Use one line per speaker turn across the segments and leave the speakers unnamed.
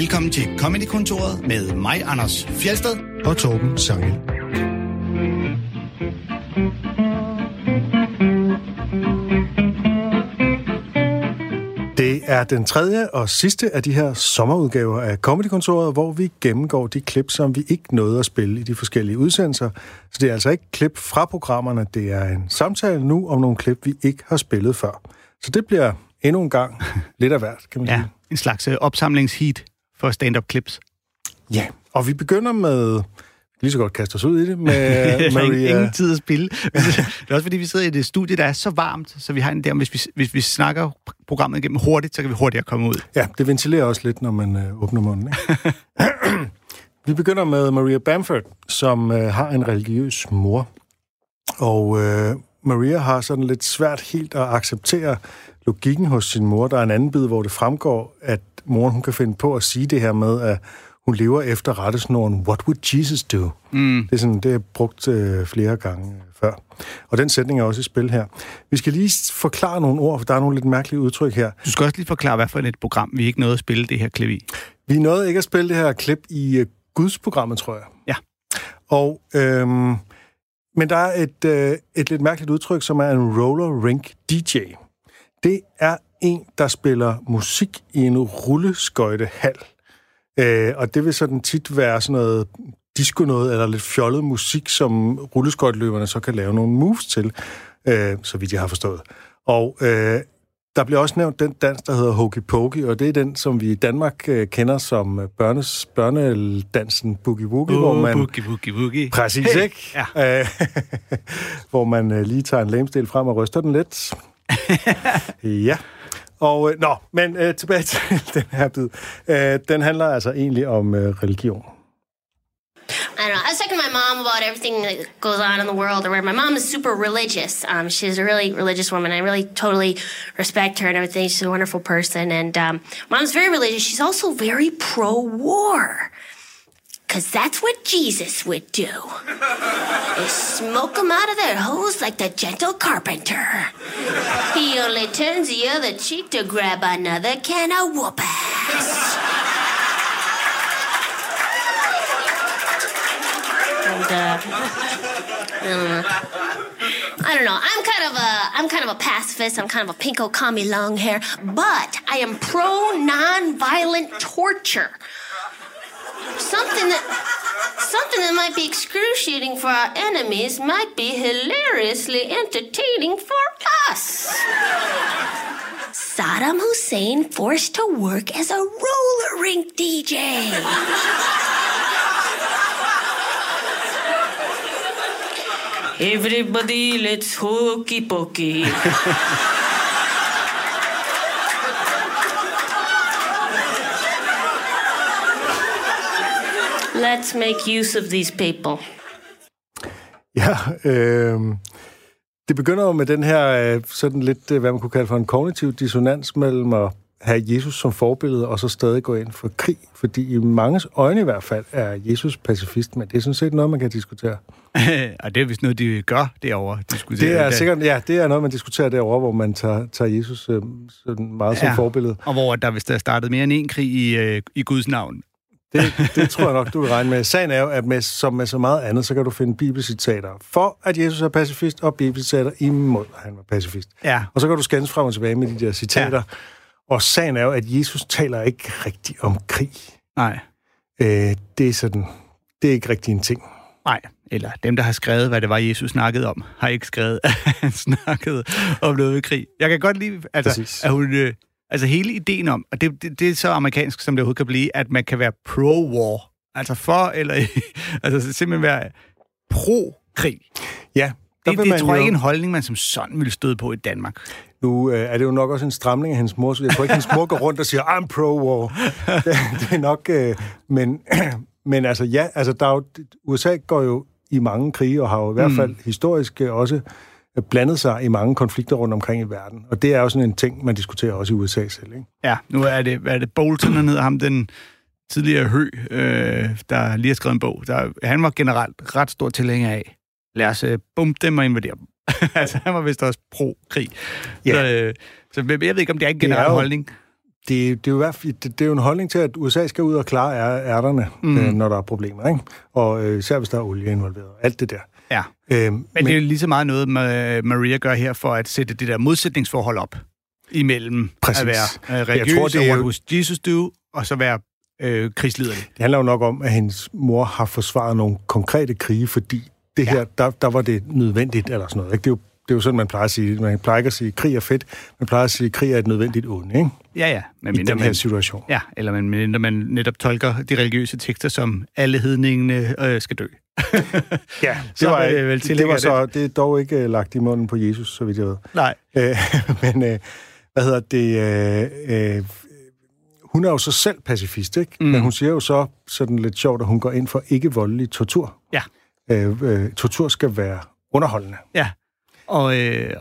Velkommen til Comedy-kontoret med mig, Anders Fjeldsted
og Torben Sangel. Det er den tredje og sidste af de her sommerudgaver af Comedy-kontoret, hvor vi gennemgår de klip, som vi ikke nåede at spille i de forskellige udsendelser. Så det er altså ikke klip fra programmerne, det er en samtale nu om nogle klip, vi ikke har spillet før. Så det bliver endnu en gang lidt af hvert, kan man sige.
Ja, en slags opsamlingsheat for stand-up clips.
Ja, og vi begynder med... Lige så godt kaste os ud i det med Maria.
Ingen tid at spille. Det er også fordi, vi sidder i det studie, der er så varmt, så vi har en der, hvis vi snakker programmet igennem hurtigt, så kan vi hurtigere komme ud.
Ja, det ventilerer også lidt, når man åbner munden. Ikke? Vi begynder med Maria Bamford, som har en religiøs mor. Og Maria har sådan lidt svært helt at acceptere logikken hos sin mor. Der er en anden bid, hvor det fremgår, at moren hun kan finde på at sige det her med, at hun lever efter rettesnoren, what would Jesus do? Det er sådan, det er brugt flere gange før. Og den sætning er også i spil her. Vi skal lige forklare nogle ord, for der er nogle lidt mærkelige udtryk her.
Du skal også lige forklare, hvad for et program vi ikke nåede at spille det her klip i.
Vi nåede ikke at spille det her klip i Guds-programmet, tror jeg.
Ja.
Og, men der er et lidt mærkeligt udtryk, som er en roller rink DJ. Det er en, der spiller musik i en rulleskøjtehal. Og det vil sådan tit være sådan noget disco noget, eller lidt fjollet musik, som rulleskøjteløberne så kan lave nogle moves til, så vidt jeg har forstået. Og der bliver også nævnt den dans, der hedder Hokey Pokey, og det er den, som vi i Danmark kender som børnedansen Boogie Woogie, hvor man...
Boogie Woogie.
Præcis, hey. Ikke? Ja. Hvor man lige tager en lemstil frem og ryster den lidt. Ja. Og, tilbage til den her bid. Den handler altså egentlig om religion.
I don't know. I was talking to my mom about everything that goes on in the world. My mom is super religious. She's a really religious woman. I really totally respect her and everything. She's a wonderful person. And mom's very religious. She's also very pro-war. Because that's what Jesus would do. Is smoke them out of their hose like the gentle carpenter. He only turns the other cheek to grab another can of whoop-ass. And, I don't know. I'm kind of a pacifist. I'm kind of a pinko commie long hair. But I am pro non-violent torture. Something that might be excruciating for our enemies might be hilariously entertaining for us. Saddam Hussein forced to work as a roller rink DJ. Everybody, let's hokey pokey. Let's make use of these people.
Ja, det begynder jo med den her sådan lidt, hvad man kunne kalde for en kognitiv dissonans mellem at have Jesus som forbillede, og så stadig gå ind for krig. Fordi i manges øjne i hvert fald er Jesus pacifist, men det er sådan set noget, man kan diskutere.
Og det er vist noget, de gør derovre.
Det er sikkert, ja, det er noget, man diskuterer derovre, hvor man tager Jesus sådan meget som forbillede.
Og hvor der vist er startet mere end en krig i Guds navn.
Det tror jeg nok, du vil regne med. Sagen er jo, at som med så meget andet, så kan du finde bibelcitater for, at Jesus er pacifist, og bibelcitater imod, at han var pacifist.
Ja.
Og så kan du skændes frem og tilbage med de der citater. Ja. Og sagen er jo, at Jesus taler ikke rigtig om krig.
Nej.
Det er sådan, det er ikke rigtig en ting.
Nej, eller dem, der har skrevet, hvad det var, Jesus snakkede om, har ikke skrevet, at han snakkede om noget krig. Jeg kan godt lide, at hun... Altså hele ideen om, og det er så amerikansk, som det overhovedet kan blive, at man kan være pro-war. Altså for, eller... altså simpelthen være pro-krig.
Ja.
Det tror jeg ikke en holdning, man som sådan ville støde på i Danmark.
Nu er det jo nok også en stramning af hendes mor, så jeg tror ikke, hendes mor går rundt og siger, I'm pro-war. Det er nok... men altså, ja, altså, der er jo, USA går jo i mange krige, og har jo i hvert fald historisk også blandet sig i mange konflikter rundt omkring i verden. Og det er jo sådan en ting, man diskuterer også i USA selv, ikke?
Ja, nu er det Bolton, han hedder ham, den tidligere Hø, der lige har skrevet en bog. Han var generelt ret stor tilhænger af. Lad os bumpe dem og invadere dem. Altså, han var vist også pro-krig. Yeah. Så jeg ved ikke, om det er en generel holdning.
Det er jo i hvert fald, det er jo en holdning til, at USA skal ud og klare ærterne, når der er problemer, ikke? Og især hvis der er olie involveret. Alt det der.
Ja, men det er jo lige så meget noget, Maria gør her for at sætte det der modsætningsforhold op imellem
præcis.
At være religiøs og what was Jesus do, og så være krigsliderlig. Det
handler jo nok om, at hendes mor har forsvaret nogle konkrete krige, fordi det her, der var det nødvendigt, eller sådan noget. Ikke? Det er jo sådan, man plejer at sige. Man plejer ikke at sige, at krig er fedt. Man plejer at sige, at krig er et nødvendigt onde, ikke?
Ja.
I den her situation.
Ja, eller man netop tolker de religiøse tekster som alle hedningene skal dø.
Ja, det er dog ikke lagt i munden på Jesus, så vidt jeg ved.
Nej.
Men hun er jo så selv pacifist, ikke? Men hun siger jo så sådan lidt sjovt, at hun går ind for ikke-voldelig tortur.
Ja.
Tortur skal være underholdende.
Ja. Og det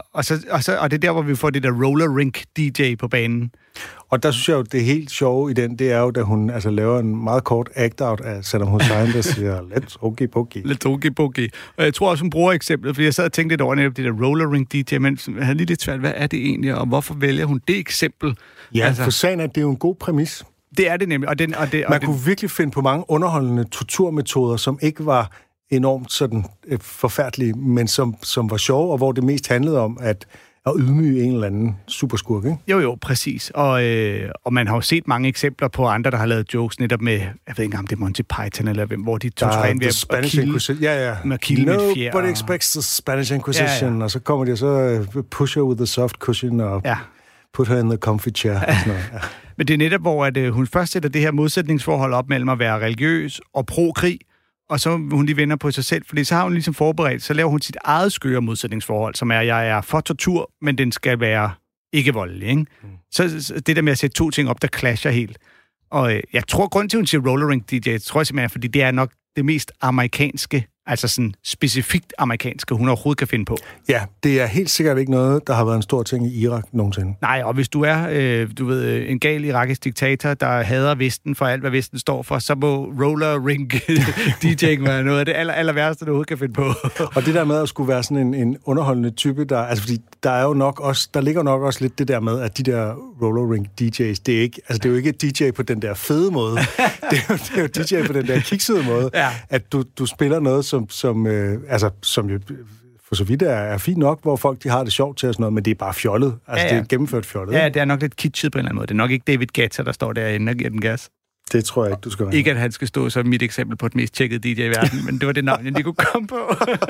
er der, hvor vi får det der roller rink DJ på banen.
Og der synes jeg jo, det helt sjove i den, det er jo, da hun laver en meget kort act-out af Saddam Hussein, der siger, let's okey-pokey.
Let's okey-pokey. Og jeg tror også, hun bruger eksemplet, fordi jeg sad og tænkte lidt over netop det der roller rink DJ, men jeg havde lige lidt svært, hvad er det egentlig, og hvorfor vælger hun det eksempel?
Ja, for sagen er, at det er jo en god præmis.
Det er det nemlig.
Man kunne virkelig finde på mange underholdende torturmetoder, som ikke var enormt sådan forfærdelige, men som var sjove, og hvor det mest handlede om at ydmyge en eller anden superskurk, ikke?
Jo, præcis. Og man har jo set mange eksempler på andre, der har lavet jokes netop med, jeg ved ikke om det er Monty Python, eller hvem, hvor de torturerer en ved at kilde med et fjer.
Nobody expects the Spanish Inquisition, og så kommer de og så push her with the soft cushion, og put her in the comfy chair. Og sådan noget. Ja.
Men det er netop, hvor at, hun først sætter det her modsætningsforhold op mellem at være religiøs og pro-krig, og så hun lige vender på sig selv, fordi så har hun ligesom forberedt, så laver hun sit eget skøre modsætningsforhold, som er, jeg er for tortur, men den skal være ikke voldelig, ikke? Så det der med at sætte to ting op, der clasher helt. Og jeg tror, grund til, at hun siger roller rink DJ, tror jeg simpelthen, fordi det er nok det mest amerikanske, altså sådan specifikt amerikanske, hun overhovedet kan finde på.
Ja, det er helt sikkert ikke noget, der har været en stor ting i Irak nogensinde.
Nej, og hvis du er, en gal irakisk diktator, der hader Vesten for alt, hvad Vesten står for, så må roller rink DJ'ing være noget af det aller værste, du overhovedet kan finde på. Og
det der med at skulle være sådan en underholdende type, fordi der er jo nok også, der ligger nok også lidt det der med, at de der roller rink DJ's, det er jo ikke DJ på den der fede måde. det er jo DJ på den der kiksede måde, at du spiller noget, som jo for så vidt er fint nok, hvor folk de har det sjovt til og sådan noget, men det er bare fjollet. Altså, det er gennemført fjollet.
Ja, det er nok lidt kitschet på en eller anden måde. Det er nok ikke David Guetta, der står derinde og giver den gas.
Det tror jeg ikke, du skal være.
Ikke, at han skal stå som mit eksempel på den mest tjekkede DJ i verden, men det var det navn, jeg lige kunne komme på.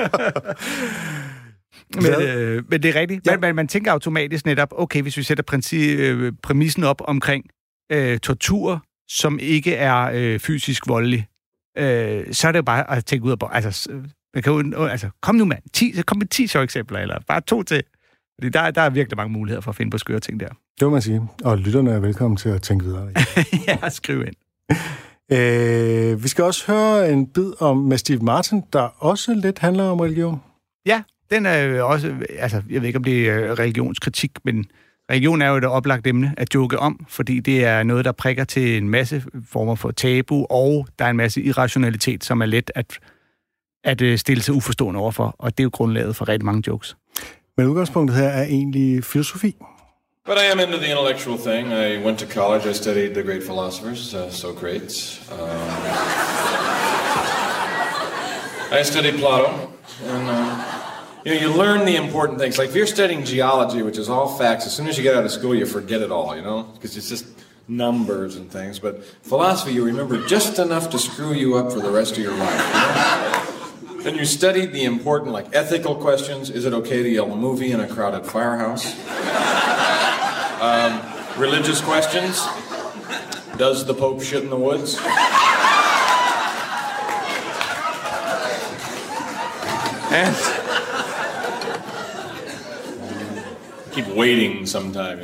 Men det er rigtigt. Ja. Man tænker automatisk netop, okay, hvis vi sætter præmissen op omkring tortur, som ikke er fysisk voldelig, så er det jo bare at tænke ud af, kom nu mand, kom med 10 sjove eksempler, eller bare 2 til. Fordi der er virkelig mange muligheder for at finde på skøre ting der.
Det må man sige. Og lytterne er velkommen til at tænke videre.
Ja, skriv ind.
Vi skal også høre en bid med Steve Martin, der også lidt handler om religion.
Ja, den er jo også, jeg ved ikke, om det er religionskritik, men religion er jo et oplagt emne at joke om, fordi det er noget, der prikker til en masse former for tabu, og der er en masse irrationalitet, som er let at stille sig uforstående overfor, og det er jo grundlaget for rigtig mange jokes.
Men udgangspunktet her er egentlig filosofi.
But I am into the intellectual thing. I went to college. I studied the great philosophers, Socrates. I studied Plato, and you learn the important things. Like if you're studying geology, which is all facts, as soon as you get out of school, you forget it all, because it's just numbers and things. But philosophy, you remember just enough to screw you up for the rest of your life. Then you studied the important, like ethical questions. Is it okay to yell movie in a crowded firehouse? Religious questions. Does the Pope shit in the woods? And keep waiting sometime,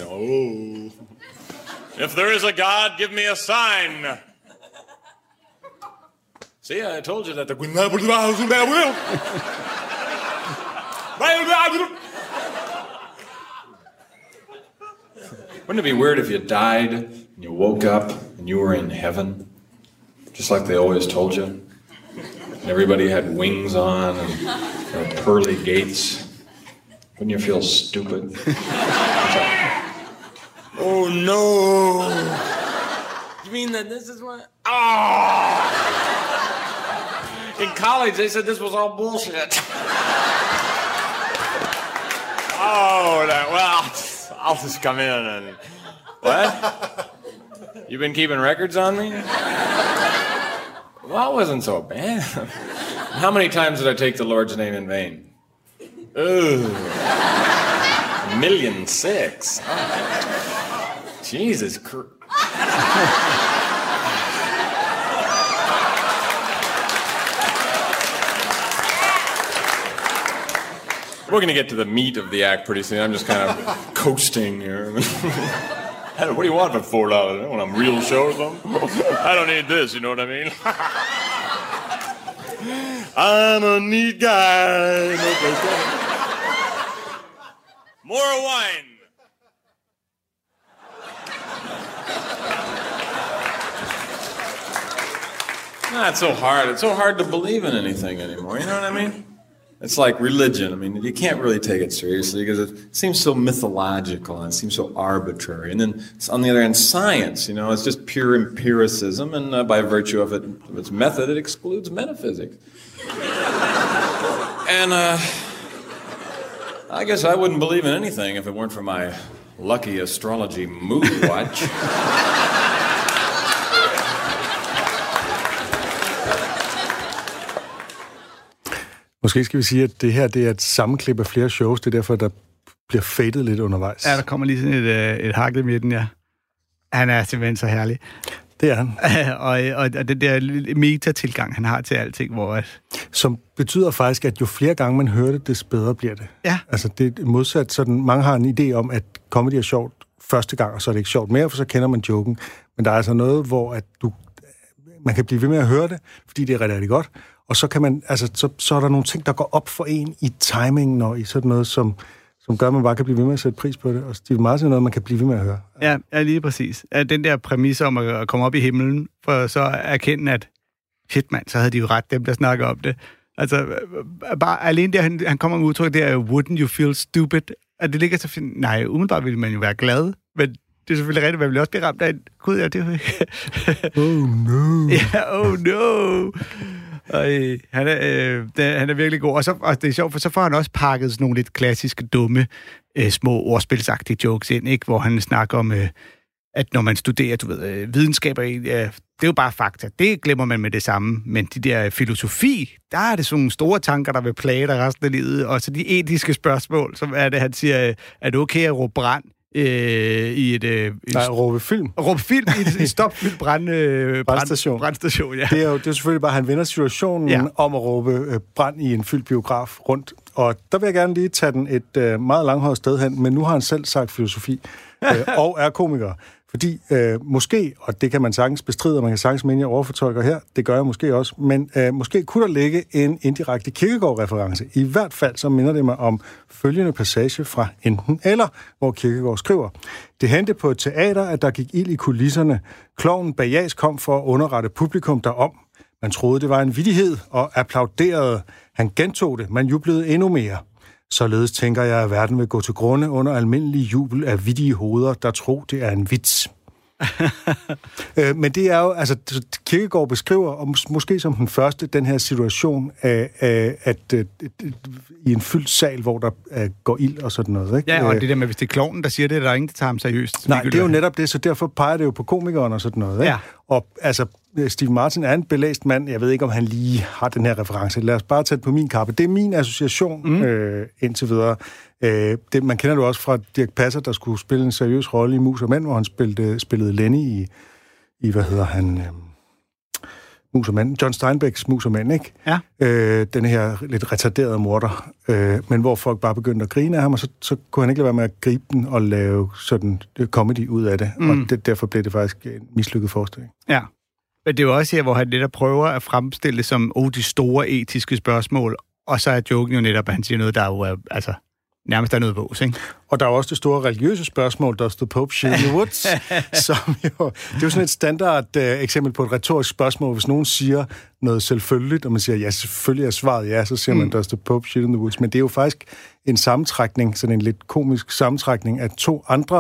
if there is a God, give me a sign. See, I told you that the... Wouldn't it be weird if you died and you woke up and you were in heaven? Just like they always told you? And everybody had wings on and pearly gates. Wouldn't you feel stupid? Oh, no. You mean that this is what? Oh. In college, they said this was all bullshit. Oh, well, I'll just come in and... What? You been keeping records on me? Well, it wasn't so bad. How many times did I take the Lord's name in vain? Ooh. 1,000,006. Oh. Jesus Christ. We're going to get to the meat of the act pretty soon. I'm just kind of coasting here. What do you want for $4? Want a real show or something? I don't need this, you know what I mean? I'm a neat guy. More wine. It's so hard. It's so hard to believe in anything anymore. You know what I mean? It's like religion. I mean, you can't really take it seriously because it seems so mythological and it seems so arbitrary. And then on the other hand, science, it's just pure empiricism, and by virtue of its method, it excludes metaphysics. And I guess I wouldn't believe in anything if it weren't for my lucky astrology mood watch.
Måske skal vi sige, at det her det er et sammenklip af flere shows. Det er derfor, der bliver fadet lidt undervejs.
Ja, der kommer lige sådan et hak i midten, ja. Han er simpelthen så herlig.
Det er han.
og den der meta-tilgang, han har til alting, hvor...
Som betyder faktisk, at jo flere gange man hører det, des bedre bliver det.
Ja.
Altså, det er modsat sådan... Mange har en idé om, at comedy er sjovt første gang, og så er det ikke sjovt mere, for så kender man joken. Men der er altså noget, hvor at man kan blive ved med at høre det, fordi det er rigtig, rigtig godt. Og så kan man, så er der nogle ting, der går op for en i timingen og i sådan noget, som gør, at man bare kan blive ved med at sætte pris på det. Og det er meget sådan noget, man kan blive ved med at høre.
Ja, lige præcis. Den der præmis om at komme op i himlen, for så at erkende, at shit mand, så havde de jo ret, dem der snakker om det. Altså, bare alene der, han kommer med udtryk, der wouldn't you feel stupid? At det ligger så fint. Nej, umiddelbart ville man jo være glad, men det er selvfølgelig rigtigt, man vil også blive ramt af en... Gud, ja, det er jo ikke...
Oh no.
Ja, oh no. Han er virkelig god. Og det er sjovt, for så får han også pakket sådan nogle lidt klassiske, dumme, små ordspilsagtige jokes ind, ikke? Hvor han snakker om, at når man studerer, videnskaber, det er jo bare fakta. Det glemmer man med det samme. Men de der filosofi, der er det sådan nogle store tanker, der vil plage dig resten af livet. Og så de etiske spørgsmål, som er det, han siger, er det okay at råbe brand i et...
råbe film.
Råbe film i et stopfyldt brandstation, ja.
Det er selvfølgelig bare, han vender situationen om at råbe brand i en fyldt biograf rundt. Og der vil jeg gerne lige tage den et meget langhåret sted hen, men nu har han selv sagt filosofi og er komiker. Fordi måske, og det kan man sagtens bestride, og man kan sagtens mene, jeg overfortolker her, det gør jeg måske også, men måske kunne der ligge en indirekte Kierkegaard-reference. I hvert fald så minder det mig om følgende passage fra Enten Eller, hvor Kierkegaard skriver: Det hændte på et teater, at der gik ild i kulisserne. Klovnen Bajas kom for at underrette publikum derom. Man troede, det var en vittighed, og applauderede. Han gentog det, man jublede endnu mere. Således tænker jeg, at verden vil gå til grunde under almindelig jubel af vittige hoveder, der tror, det er en vits. Men det er jo, altså, Kierkegaard beskriver, og måske som den første, den her situation af at i en fyldt sal, hvor der går ild og sådan noget. Ikke?
Ja, og det der med, hvis det er klovnen, der siger det, der er ingen, der tager ham seriøst.
Nej, det er jo netop det, så derfor peger det jo på komikeren og sådan noget. Ikke?
Ja. Og
altså, Steve Martin er en belæst mand. Jeg ved ikke, om han lige har den her reference. Lad os bare tage det på min kappe. Det er min association indtil videre. Man kender det også fra Dirch Passer, der skulle spille en seriøs rolle i Mus og Mænd, hvor han spillede Lenny i hvad hedder han... Mus og Mænd. John Steinbecks Mus og Mænd, ikke? Ja. Den her lidt retarderede morder. Men hvor folk bare begyndte at grine af ham, og så kunne han ikke lade være med at gribe den og lave sådan comedy ud af det. Og derfor blev det faktisk en mislykket forestilling.
Ja. Men det er jo også her, hvor han netop prøver at fremstille det som de store etiske spørgsmål, og så er joken jo netop, at han siger noget, der jo er, nærmest er noget vås, ikke?
Og der er også det store religiøse spørgsmål, der stod Pope shit in the woods, som jo, det er jo sådan et standard eksempel på et retorisk spørgsmål. Hvis nogen siger noget selvfølgeligt, og man siger, ja, selvfølgelig er svaret ja, så siger man, der stod Pope shit in the woods. Men det er jo faktisk en sammentrækning, sådan en lidt komisk sammentrækning af to andre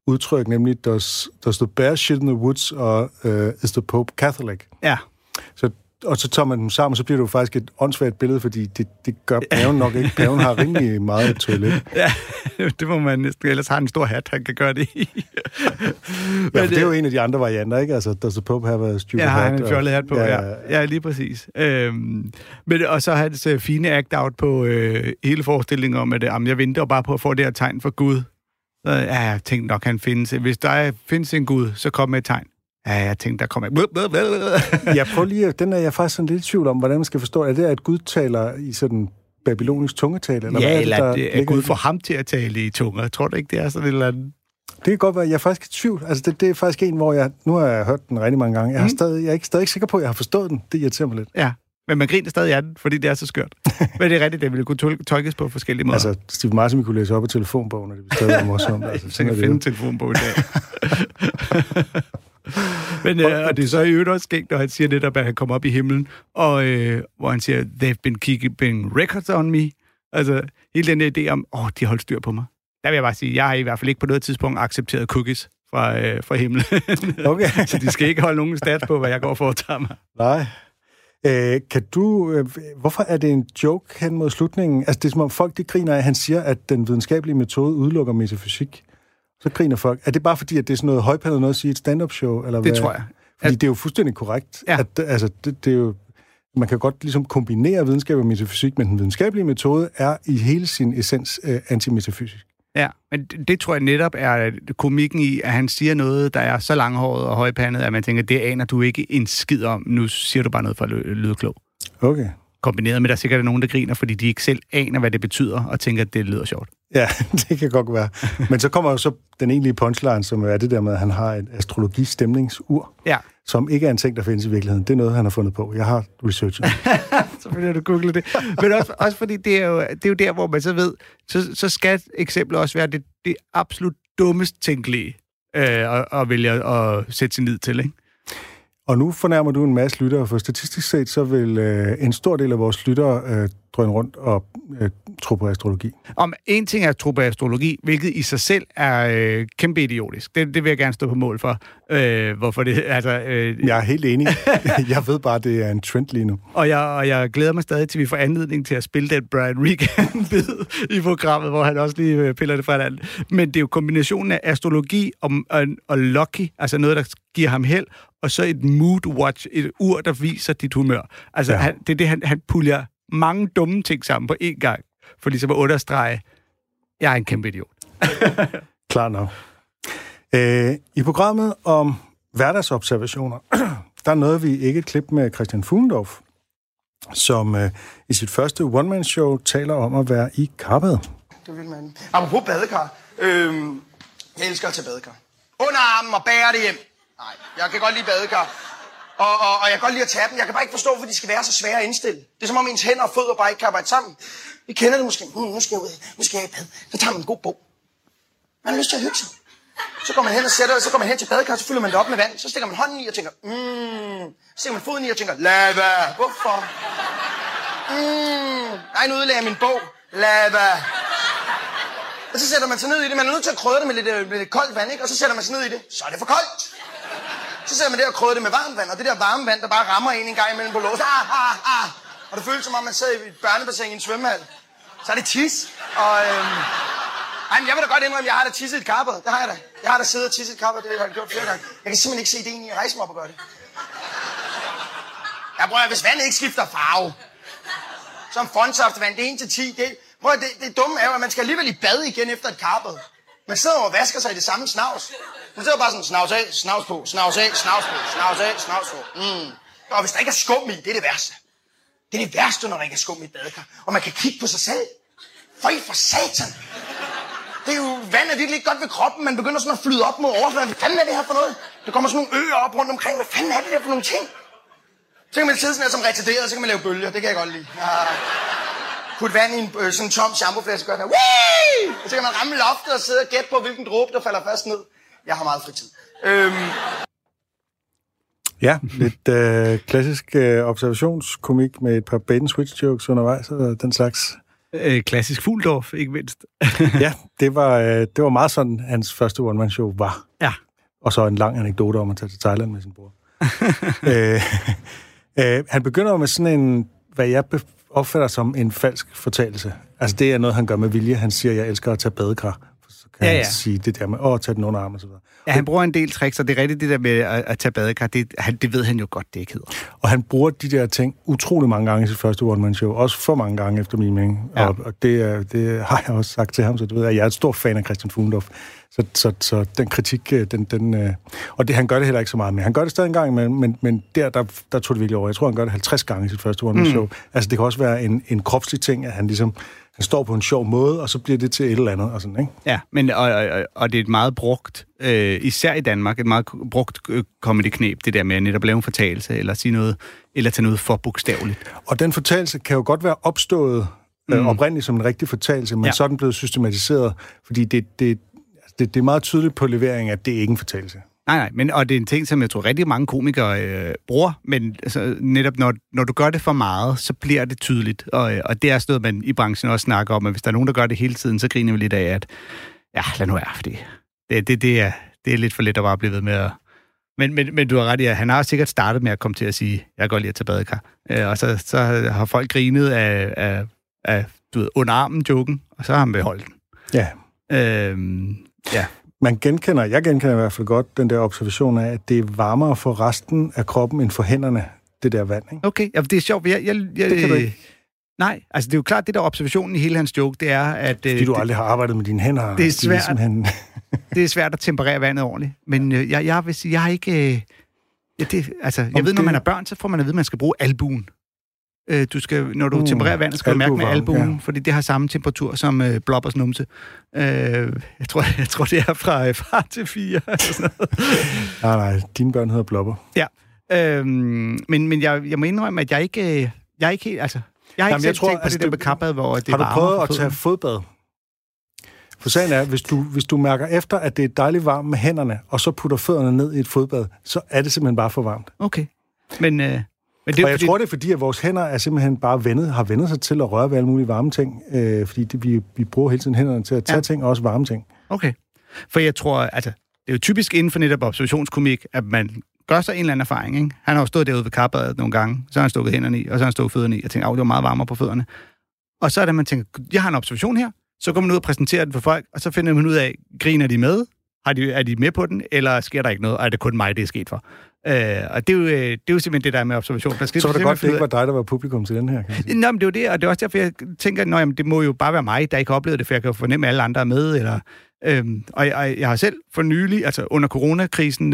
udtryk, nemlig does the bear shit in the woods, og is the Pope Catholic?
Ja.
Og så tager man dem sammen, og så bliver det jo faktisk et åndssvagt billede, fordi det gør paven nok ikke. Paven har rimelig meget toilet.
Ja, det må man næsten. Ellers har en stor hat, han kan gøre det i.
Ja, det er jo en af de andre varianter, ikke? Altså, does the Pope have a stupid hat?
Ja, han har en fjollet hat på, ja, lige præcis. Men og så hans fine act-out på hele forestillingen om, at jeg venter bare på at få det her tegn for Gud. Så jeg tænkte nok, han findes. Hvis der findes en Gud, så kom med et tegn. Ja, jeg tænkte, der kommer...
Jeg prøver lige, den er jeg faktisk sådan lidt i tvivl om, hvordan man skal forstå. Er det, at Gud taler i sådan babylonisk tungetale? Eller
ja,
eller
er Gud får ham til at tale i tunger. Tror du ikke, det er sådan et eller andet?
Det kan godt være, jeg er faktisk i tvivl. Altså, det er faktisk en, hvor nu har jeg hørt den rigtig mange gange. Jeg er stadig ikke sikker på, at jeg har forstået den. Det irriterer mig lidt.
Ja, men man griner stadig af den, fordi det er så skørt. Men det er rigtigt, det ville kunne tolkes på forskellige måder.
Altså, Steve Martin kunne læse op af telefonbogen, og det er stadig var morsomt.
Altså, så kan finde en telefonbog i dag. Men og det er så i øvrigt også skægt, når han siger netop, at han kommer op i himlen, og hvor han siger, they've been keeping records on me. Altså, hele den idé om, de holdt styr på mig. Der vil jeg bare sige, jeg har i hvert fald ikke på noget tidspunkt accepteret cookies fra himlen. Okay. Så de skal ikke holde nogen stats på, hvad jeg går og foretager mig.
Nej. Kan du... hvorfor er det en joke hen mod slutningen? Altså, det er som om folk, de griner af, han siger, at den videnskabelige metode udelukker metafysik. Så griner folk. Er det bare fordi, at det er sådan noget højpandet noget at sige i et stand-up show? Eller
det tror jeg.
Fordi det er jo fuldstændig korrekt.
Ja.
Det er jo... Man kan godt ligesom kombinere videnskab og metafysik, men den videnskabelige metode er i hele sin essens antimetafysisk.
Ja, men det tror jeg netop er komikken i, at han siger noget, der er så langhåret og højpandet, at man tænker, det aner du ikke en skid om. Nu siger du bare noget for at lyde klog.
Okay.
Kombineret med, der sikkert er nogen, der griner, fordi de ikke selv aner, hvad det betyder, og tænker, at det lyder sjovt.
Ja, det kan godt være. Men så kommer jo så den egentlige punchline, som er det der med, at han har et astrologistemningsur, som ikke er en ting, der findes i virkeligheden. Det er noget, han har fundet på. Jeg har researchet.
Selvfølgelig har du googlet det. Men også fordi det er jo der, hvor man så ved, så skal eksemplet også være det absolut dummest tænkelige at vælge at sætte sin lid til, ikke?
Og nu fornærmer du en masse lyttere, for statistisk set, så vil en stor del af vores lyttere drøne rundt og tro på astrologi.
Om en ting er at tro på astrologi, hvilket i sig selv er kæmpe idiotisk. Det vil jeg gerne stå på mål for. Hvorfor det? Altså,
jeg er helt enig. Jeg ved bare, det er en trend lige nu.
Og jeg glæder mig stadig til, at vi får anledning til at spille den Brian Regan-bid i programmet, hvor han også lige piller det fra hinanden. Men det er jo kombinationen af astrologi og lucky, altså noget, der giver ham held, og så et mood watch, et ur, der viser dit humør. Altså, han puljer mange dumme ting sammen på én gang, for ligesom at understrege, jeg er en kæmpe idiot.
Klar nok. I programmet om hverdagsobservationer, der nåede vi ikke et klip med Christian Fuglendorf, som i sit første one-man-show taler om at være i karbad.
Det vil man. Apropos badekar. Jeg elsker at tage badekar. Under armen og bære det hjem. Nej, jeg kan godt lide badekar. Og jeg kan godt lide at tage dem. Jeg kan bare ikke forstå, hvorfor de skal være så svære at indstille. Det er som om ens hænder og fødder bare ikke kan arbejde sammen. Vi kender det måske. Nu skal jeg ud. Nu skal jeg i bad. Så tager man en god bog. Man har lyst til at hygge sig. Så går man hen og sætter det. Så går man hen til badekar, så fylder man det op med vand. Så stikker man hånden i og tænker, Så stikker man foden i og tænker, lava. Hvorfor? Nej, nu ødelagde jeg min bog. Lava. Og så sætter man sig ned i det. Man er nødt til at krydre det med lidt koldt vand, ikke? Og så sætter man sig ned i det. Så er det for koldt. Så sætter man det og krydder det med varmt vand. Og det der varme vand, der bare rammer en gang imellem på lås. Og det føles som om, man sidder i et børnebassin i en svømmehal. Så er det tis. Og men jeg vil da godt indrømme, at jeg har da tisset i et karbad. Det har jeg da. Jeg har da siddet og tisset i et karbad. Det har jeg gjort flere gange. Jeg kan simpelthen ikke se ideen i at rejse mig op og gøre det. Jeg prøver, hvis vandet ikke skifter farve. Som fondsaftevand, det er 1-10. Det dumme er jo, at man skal alligevel i bad igen efter et karbad. Man sidder og vasker sig i det samme snavs. Man sidder bare sådan, snavs af, snavs på, snavs af, snavs på, snavs af, snavs på. Og hvis der ikke er skum i, det er det værste. Det er det værste, når der ikke er skum i et badekar. Og man kan kigge på sig selv. Føj for satan. Det er jo, vand er virkelig ikke godt ved kroppen. Man begynder sådan at flyde op mod overfladen. Hvad fanden er det her for noget? Der kommer sådan nogle øer op rundt omkring. Hvad fanden er det der for nogle ting? Så kan man sidde sådan her som retarderet, så kan man lave bølger. Det kan jeg godt lide. Putte vand i sådan en tom shampooflaske, gør den her. Og så kan man ramme loftet og sidde og gætte på, hvilken dråbe, der falder først ned. Jeg har meget fritid.
Ja, lidt klassisk observationskomik med et par bait and switch jokes undervejs og den slags.
Klassisk Fugldorf, ikke mindst.
Ja, det var meget sådan, hans første one-man-show var.
Ja.
Og så en lang anekdote om at tage til Thailand med sin bror. Han begynder med sådan en, hvad jeg opfatter som en falsk fortalelse. Altså, det er noget, han gør med vilje. Han siger, jeg elsker at tage badekar. Så kan han sige det der med, at tage den under armen og så videre.
Ja, han bruger en del tricks, og det er rigtigt det der med at tage badekar. Det ved han jo godt, det ikke hedder.
Og han bruger de der ting utrolig mange gange i sit første one-man-show. Også for mange gange, efter min mening. Ja. Og det har jeg også sagt til ham, så du ved, at jeg er et stor fan af Christian Fuglendorf. Så den kritik, og det, han gør det heller ikke så meget med. Han gør det stadig en gang, men der tog det virkelig over. Jeg tror, han gør det 50 gange i sit første one-man-show. Altså, det kan også være en kropslig ting, at han står på en sjov måde, og så bliver det til et eller andet. Og sådan, ikke?
Ja, men og det er et meget brugt, især i Danmark, et meget brugt comedy-knep, det der med at netop lave en fortalelse, eller sige noget, eller tage noget for bogstaveligt.
Og den fortalelse kan jo godt være opstået oprindeligt som en rigtig fortalelse, men så er den blevet systematiseret, fordi det er meget tydeligt på leveringen, at det ikke er en fortalelse.
Nej, men og det er en ting, som jeg tror rigtig mange komikere bruger, men altså, netop når du gør det for meget, så bliver det tydeligt. Og det er sådan noget, man i branchen også snakker om, at hvis der er nogen, der gør det hele tiden, så griner vi lidt af, at ja, lad nu være, fordi det er lidt for let at bare blive ved med at... Men du har ret i, at han har sikkert startet med at komme til at sige, jeg kan godt lide at tage badekar. Og så har folk grinet af du ved, under armen joken, og så har han beholdt den.
Ja.
Ja.
Jeg genkender i hvert fald godt den der observation af, at det er varmere for resten af kroppen end for hænderne, det der vand, ikke?
Okay, ja, det er sjovt. Det kan du ikke. Nej, altså det er jo klart, det der observationen i hele hans joke, det er, at...
Fordi du aldrig har arbejdet med dine hænder.
Det er svært, det er svært at temperere vandet ordentligt. Men jeg vil sige, jeg har ikke... jeg ved, når man er børn, så får man at vide, at man skal bruge albuen. Når du tempererer vandet, skal du mærke med albuen, fordi det har samme temperatur som blobbers numse. Jeg tror, det er fra far til 4.
Nej, dine børn hedder blobber. Ja, men jeg
må indrømme, at jeg ikke helt... Altså, jeg har ikke selv tænkt på det der med kappad, hvor det var.
Har du prøvet at tage fodbad? For sagen er, hvis du mærker efter, at det er dejligt varmt med hænderne, og så putter fødderne ned i et fodbad, så er det simpelthen bare for varmt.
Okay. Men
jeg tror, det er fordi, at vores hænder er simpelthen bare har vendet sig til at røre ved alle mulige varme ting, fordi vi bruger hele tiden hænderne til at tage ting, og også varme ting.
Okay. For jeg tror, altså, det er jo typisk inden for netop observationskomik, at man gør sig en eller anden erfaring, ikke? Han har jo stået derude ved kappadet nogle gange, så har han stukket hænderne i, og så har han stukket fødderne i, og tænkt, det var meget varmere på fødderne. Og så er det, man tænker, jeg har en observation her, så går man ud og præsenterer den for folk, og så finder man ud af, griner de med? Er de med på den, eller sker der ikke noget, og er det kun mig, det er sket for? Og det er jo simpelthen det der med observation.
Så var det godt, det ikke var dig, der var publikum til den her?
Nå, men det er jo det, og det er også derfor, jeg tænker, det må jo bare være mig, der ikke har oplevet det, for jeg kan jo fornemme, at alle andre er med, eller... Og jeg har selv for nylig, altså under coronakrisen,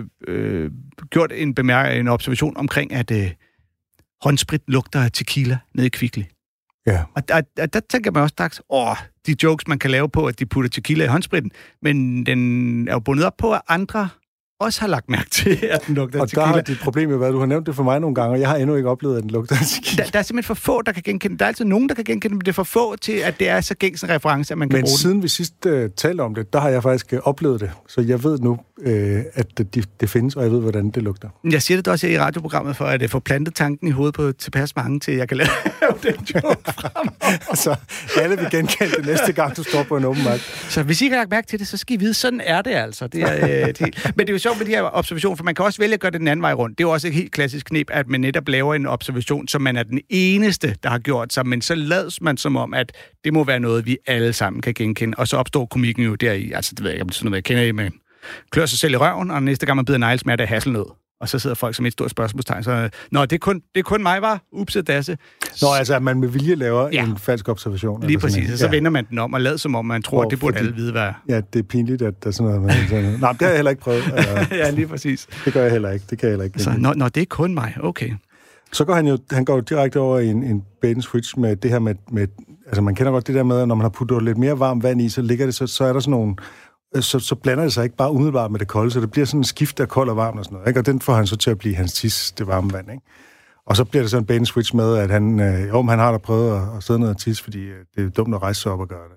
gjort en observation omkring, at håndsprit lugter af tequila nede i Kvickly.
Ja.
Og der tænker man også straks, de jokes, man kan lave på, at de putter tequila i håndspritten, men den er jo bundet op på, at andre også har lagt mærke til, at den lugter af tequila.
Og der har dit problem jo været, du har nævnt det for mig nogle gange, og jeg har endnu ikke oplevet, at den lugter af tequila.
Der er simpelthen for få, der kan genkende. Der er altid nogen, der kan genkende, men det er for få til, at det er så gængs en reference, at man kan bruge den.
Men siden vi sidst talte om det, der har jeg faktisk oplevet det. Så jeg ved nu, at det findes, og jeg ved, hvordan det lugter.
Jeg siger det også i radioprogrammet, for at få plantet tanken i hovedet på tilpas mange til, at jeg kan lave den joke frem.
Så alle vil genkende det næste gang, du står på en åben mic.
Så hvis I ikke har lagt mærke til det, så skal I vide, sådan er det altså. Det er, men det er jo sjovt med de her observationer, for man kan også vælge at gøre det den anden vej rundt. Det er jo også et helt klassisk knep, at man netop laver en observation, som man er den eneste, der har gjort sig, men så lades man som om, at det må være noget, vi alle sammen kan genkende, og så opstår komikken jo deri. Altså, det ved jeg ikke, om det er sådan noget, jeg kender I, men klør sig selv i røven, og næste gang man bider neglesmær, er det hasselnød. Og så sidder folk som et stort spørgsmålstegn. Så, det er kun mig, var. Ups, dasse.
Altså, at man med vilje laver en falsk observation.
Lige præcis, og så vender man den om og lader som om, man tror, at det burde alle vide, hvad...
Ja, det er pinligt, at der er sådan noget... Nej, det har jeg heller ikke prøvet.
Ja, lige præcis.
Det gør jeg heller ikke. Det kan jeg heller ikke.
Så, det er kun mig. Okay.
Så går han går direkte over i en bait and switch med det her med... Altså, man kender godt det der med, at når man har puttet lidt mere varmt vand i, så ligger det, så er der sådan nogle... Så blander det sig ikke bare umiddelbart med det kolde, så det bliver sådan en skift af kold og varmt og sådan noget, ikke? Og den får han så til at blive hans tis, det varme vand, ikke? Og så bliver det sådan en bait and switch med, at han har da prøvet at sidde ned og tisse, fordi det er dumt at rejse sig op og gøre det.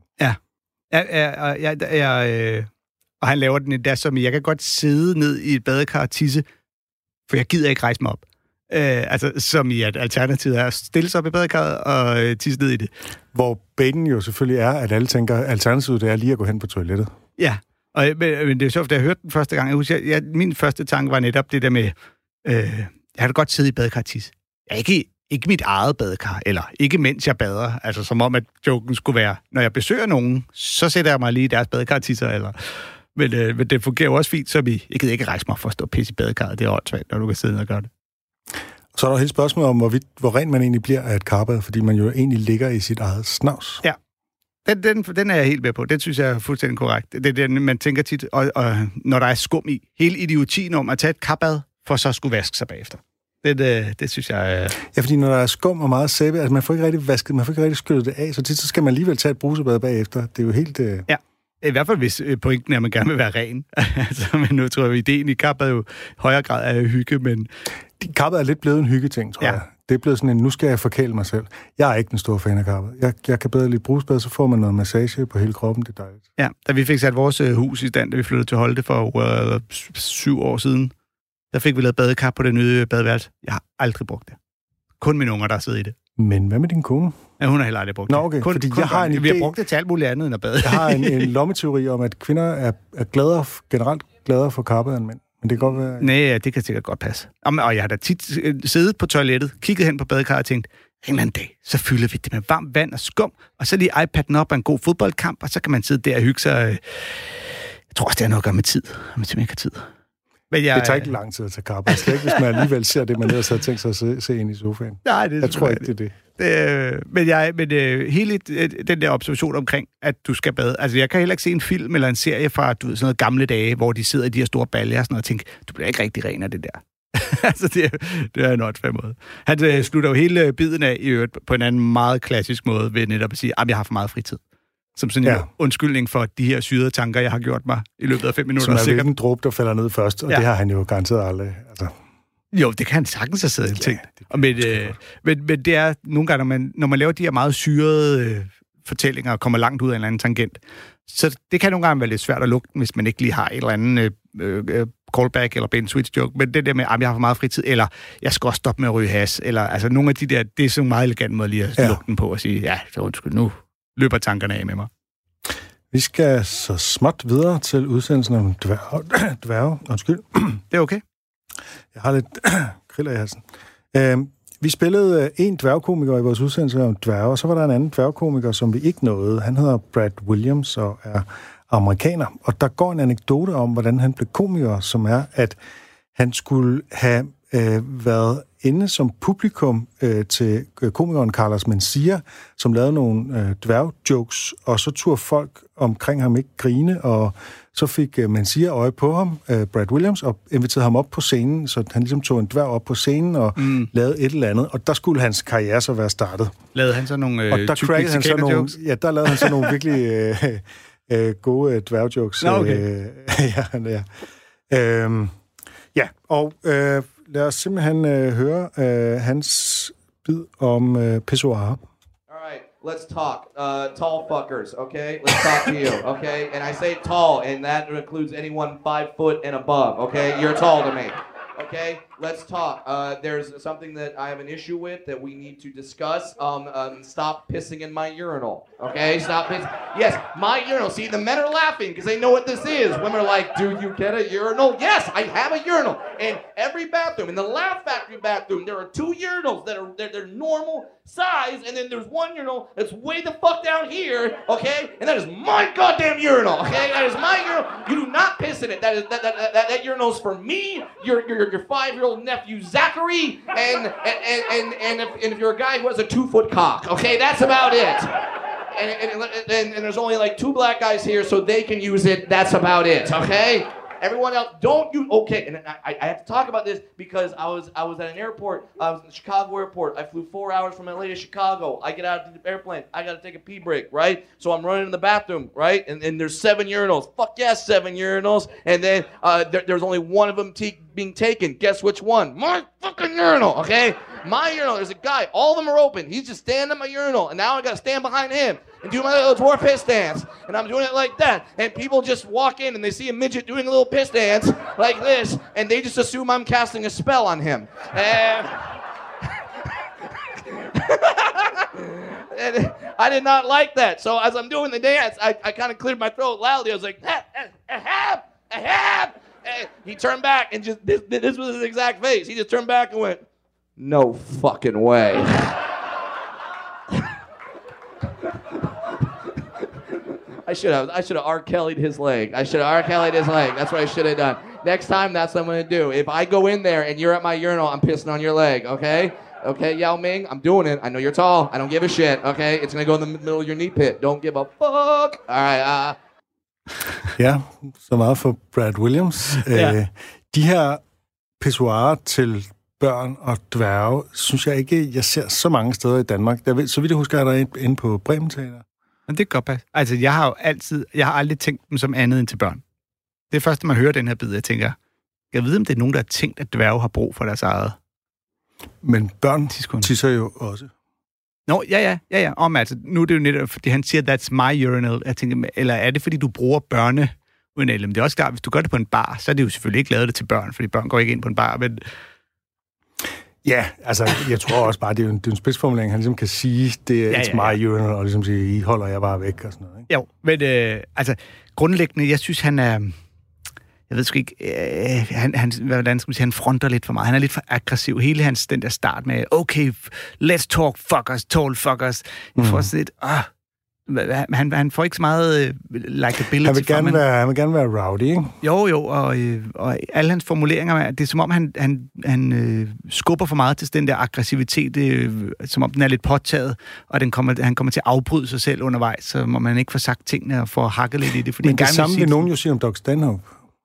Ja. Og han laver den der, som jeg kan godt sidde ned i et badekar og tisse, for jeg gider ikke rejse mig op. Altså, som i at alternativet er at stille sig op i badekarret og tisse ned i det.
Hvor banen jo selvfølgelig er, at alle tænker, at alternativet det er lige at gå hen på toilettet.
Ja, men det er sjovt, da jeg hørte den første gang. Jeg husker, min første tanke var netop det der med, jeg har da godt siddet i badekar og tisse. Ikke mit eget badekar, eller ikke mens jeg bader. Altså som om, at joken skulle være, når jeg besøger nogen, så sætter jeg mig lige i deres badekar og tisser, eller... Men det fungerer jo også fint, så jeg gider ikke rejse mig for at stå og pisse i badekarret. Det er åndssvagt, når du kan sidde og gøre det.
Så er der et helt spørgsmål om, hvor ren man egentlig bliver af et karbad, fordi man jo egentlig ligger i sit eget snavs.
Ja, den er jeg helt med på. Den synes jeg er fuldstændig korrekt. Det er det, man tænker tit, og når der er skum i. Hele idiotien om at tage et karbad, for så skulle vaske sig bagefter. Det synes jeg...
Ja, fordi når der er skum og meget sæbe, altså man får ikke rigtig vasket, man får ikke rigtig skyllet det af, så tit så skal man alligevel tage et brusebad bagefter. Det er jo helt...
Ja. I hvert fald, hvis pointen er, at man gerne vil være ren. Altså, men nu tror jeg, at ideen i karbad jo i højere grad er hygge, men...
Karbad er lidt blevet en hyggeting, tror jeg. Det er blevet sådan en, nu skal jeg forkæle mig selv. Jeg er ikke den store fan af karbad. Jeg kan bedre lide brusebad, så får man noget massage på hele kroppen, det er dejligt. Ja,
da vi fik sat vores hus i stand, da vi flyttede til Holte for 7 år siden, der fik vi lavet badekar på det nye badeværelse. Jeg har aldrig brugt det. Kun mine unger, der sidder i det.
Men hvad med din kone?
Ja, hun har heller aldrig brugt det.
Nå, okay, fordi jeg har en idé.
Vi har brugt det til alt muligt andet end at bade.
Jeg har en lommeteori om, at kvinder er generelt gladere for karbad end mænd. Men det kan godt være...
Nej, det kan sikkert godt passe. Og jeg har da tit siddet på toilettet, kigget hen på badekarret og tænkt, en eller anden dag, så fylder vi det med varmt vand og skum, og så lige iPad'en op af en god fodboldkamp, og så kan man sidde der og hygge sig. Jeg tror også, det har noget at gøre med tid, og man simpelthen ikke har tid.
Men det tager ikke lang tid at tage karbad, slet ikke, hvis man alligevel ser det, man ellers havde tænkt sig at se ind i sofaen.
Nej, det
jeg tror ikke, det er det.
Men hele den der observation omkring, at du skal bade. Altså, jeg kan heller ikke se en film eller en serie fra sådan noget gamle dage, hvor de sidder i de her store baljer og sådan noget, og tænker, du bliver ikke rigtig ren af det der. Altså, det er en åndssvag måde. Han slutter jo hele biden af i øvrigt på en anden meget klassisk måde ved netop at sige, at jeg har for meget fritid. Som sådan en undskyldning for de her syrede tanker, jeg har gjort mig i løbet af 5 minutter.
Som er hvilken dråbe, der falder ned først, og det har han jo garanteret aldrig. Altså.
Jo, det kan han sagtens have siddet og tænkt. Men det er nogle gange, når man laver de her meget syrede fortællinger og kommer langt ud af en eller anden tangent, så det kan nogle gange være lidt svært at lukke, hvis man ikke lige har et eller andet callback eller bait switch joke, men det der med, at jeg har for meget fritid, eller jeg skal også stoppe med at ryge has, eller altså nogle af de der, det er sådan en meget elegant måde lige at lukke den på og sige, så undskyld, nu løber tankerne af med mig.
Vi skal så småt videre til udsendelsen om dværge. Undskyld.
Det er okay.
Jeg har lidt kriller i halsen. Vi spillede en dværgkomiker i vores udsendelse om dværge, og så var der en anden dværgkomiker, som vi ikke nåede. Han hedder Brad Williams og er amerikaner. Og der går en anekdote om, hvordan han blev komiker, som er, at han skulle have været inde som publikum til komikeren Carlos Mencia, som lavede nogle dværgjokes, og så turde folk omkring ham ikke grine, og så fik Mencia øje på ham, Brad Williams, og inviterede ham op på scenen, så han ligesom tog en dværg op på scenen og lavede et eller andet, og der skulle hans karriere så være startet.
Lavede han så nogle
og der crackede han så nogle jokes? Ja, der lavede han så nogle virkelig gode dværgjokes.
Nå, okay.
Og lad os simpelthen høre hans bid om pissoir.
Alright, let's talk. Tall fuckers, okay? Let's talk to you, okay? And I say tall, and that includes anyone 5 foot and above, okay? You're tall to me. Okay, let's talk. There's something that I have an issue with that we need to discuss. Stop pissing in my urinal. Okay, stop pissing. Yes, my urinal. See, the men are laughing because they know what this is. Women are like, dude, you get a urinal? Yes, I have a urinal. And every bathroom, in the Laugh Factory bathroom, there are 2 urinals that are they're normal size, and then there's 1 urinal that's way the fuck down here, okay? And that is my goddamn urinal, okay? That is my urinal. You do not piss in it. That urinal is for me, your 5-year-old nephew Zachary, and if you're a guy who has a 2-foot cock, okay? That's about it. And there's only like 2 black guys here, so they can use it. That's about it, okay? Everyone else, don't use. Okay, and I have to talk about this because I was at an airport. I was in the Chicago airport. I flew 4 hours from LA to Chicago. I get out of the airplane. I got to take a pee break, right? So I'm running in the bathroom, right? And there's 7 urinals. Fuck yes, 7 urinals. And then there's only one of them being taken. Guess which one? My fucking urinal, okay? My urinal, there's a guy, all of them are open. He's just standing at my urinal, and now I gotta stand behind him and do my little dwarf piss dance. And I'm doing it like that. And people just walk in and they see a midget doing a little piss dance like this, and they just assume I'm casting a spell on him. And I did not like that. So as I'm doing the dance, I kind of cleared my throat loudly. I was like, Ahab. He turned back and just, this was his exact face. He just turned back and went, no fucking way. I should have R. Kelly'd his leg. That's what I should have done. Next time, that's what I'm going to do. If I go in there and you're at my urinal, I'm pissing on your leg, okay? Okay, Yao Ming, I'm doing it. I know you're tall. I don't give a shit, okay? It's going to go in the middle of your knee pit. Don't give a fuck. All right,
Ja, så meget for Brad Williams. Ja. De her pissoirer til børn og dværge, synes jeg ikke, jeg ser så mange steder i Danmark. Så vidt jeg husker, er der inde på Bremen Teater.
Men det kan godt passe. Altså, jeg har aldrig tænkt dem som andet end til børn. Det er først, når man hører den her bid, jeg tænker, jeg ved, om det er nogen, der har tænkt, at dværge har brug for deres eget.
Men børn tisser jo også.
Nå, ja. Altså, nu er det jo netop, fordi han siger, that's my urinal. Jeg tænker, eller er det, fordi du bruger børneurinal? Men det er også klart, hvis du gør det på en bar, så er det jo selvfølgelig ikke lavet det til børn, fordi børn går ikke ind på en bar, men...
Ja, altså, jeg tror også bare, det er en spidsformulering, han ligesom kan sige, det er my urinal, og ligesom sige, I holder jeg bare væk, og sådan noget, ikke?
Jo, men altså, grundlæggende, jeg synes, han er... Jeg ved sgu ikke, hvordan skal man sige, han fronter lidt for meget. Han er lidt for aggressiv. Hele den der start med, okay, let's talk fuckers, tall fuckers. Jeg får sådan lidt, han får ikke så meget likability.
Han vil gerne være rowdy, ikke?
Jo, og alle hans formuleringer, det er som om, han skubber for meget til den der aggressivitet, som om den er lidt påtaget, og han kommer til at afbryde sig selv undervejs, så må man ikke få sagt tingene og få hakket lidt i det. Fordi
men det samme vil nogen jo sige om Doug Stanhope.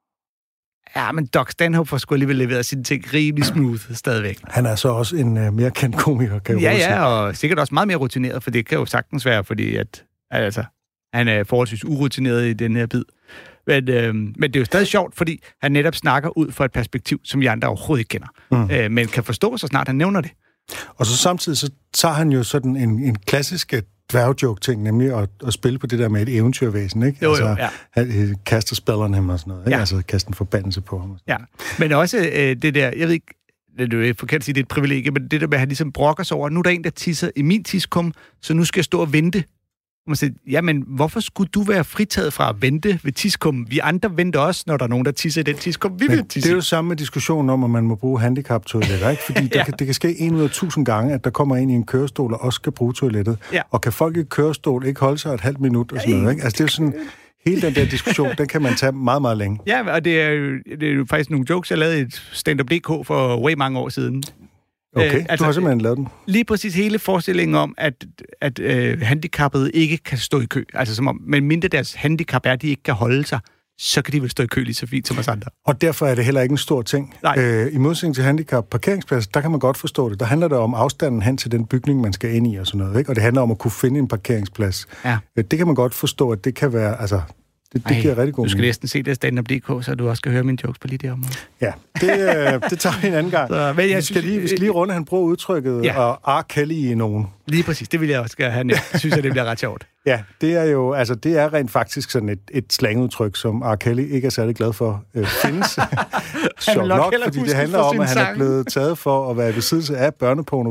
Ja, men Doug Stanhope får sgu alligevel leveret sine ting rimelig smooth stadigvæk.
Han er så også en mere kendt komiker, kan jeg sige.
Ja, og sikkert også meget mere rutineret, for det kan jo sagtens være, fordi at altså, han er forholdsvis urutineret i den her bid. Men det er jo stadig sjovt, fordi han netop snakker ud fra et perspektiv, som vi andre overhovedet ikke kender. Men kan forstå, så snart han nævner det.
Og så samtidig så tager han jo sådan en klassisk dværgjoke-ting, nemlig at spille på det der med et eventyrvæsen, ikke?
Jo,
han kaster spilleren ham og sådan noget, ikke? Ja. Altså kaster en forbandelse på ham.
Ja, men også det der, jeg ved ikke, det er jo forkert at sige, det er et privilegie, men det der med, at han ligesom brokker sig over, nu er der en, der tisser i min tiskum, så nu skal jeg stå og vente. Og man siger, jamen, hvorfor skulle du være fritaget fra at vente ved tiskum? Vi andre venter også, når der er nogen, der tisser i den tiskum. Vi vil tisse.
Det er jo samme med diskussionen om, at man må bruge handicap-toiletter, ikke? Fordi det kan ske 1 ud af 1000 gange, at der kommer en i en kørestol og også skal bruge toilettet. Ja. Og kan folk i kørestol ikke holde sig et halvt minut og sådan noget, ikke? Altså, det er jo sådan... Hele den der diskussion, den kan man tage meget, meget længe.
Ja, og det er jo faktisk nogle jokes, jeg lavede i et stand-up.dk for way mange år siden.
Okay, du har simpelthen lavet den.
Lige præcis hele forestillingen om, at handicappede ikke kan stå i kø. Altså som om, men mindre deres handicap er, at de ikke kan holde sig, så kan de vel stå i kø lige så fint som os andre.
Og derfor er det heller ikke en stor ting. I modsætning til handicap-parkeringsplads, der kan man godt forstå det. Der handler det om afstanden hen til den bygning, man skal ind i og sådan noget, ikke? Og det handler om at kunne finde en parkeringsplads. Ja. Det kan man godt forstå, at det kan være... Altså, det giver rigtig god
Du skal næsten se det stand-up.dk, så du også skal høre mine jokes på lige det område.
Ja, det tager vi en anden gang. Så, men vi skal lige runde, han bruger udtrykket, og R. Kelly i nogen.
Lige præcis, det vil jeg også have nævnt. Jeg synes, at det bliver ret sjovt.
Ja, det er jo, altså det er rent faktisk sådan et slangudtryk, som R. Kelly ikke er særlig glad for findes. Sjovt nok, fordi det handler om, at han er blevet taget for at være i besiddelse af børneporno,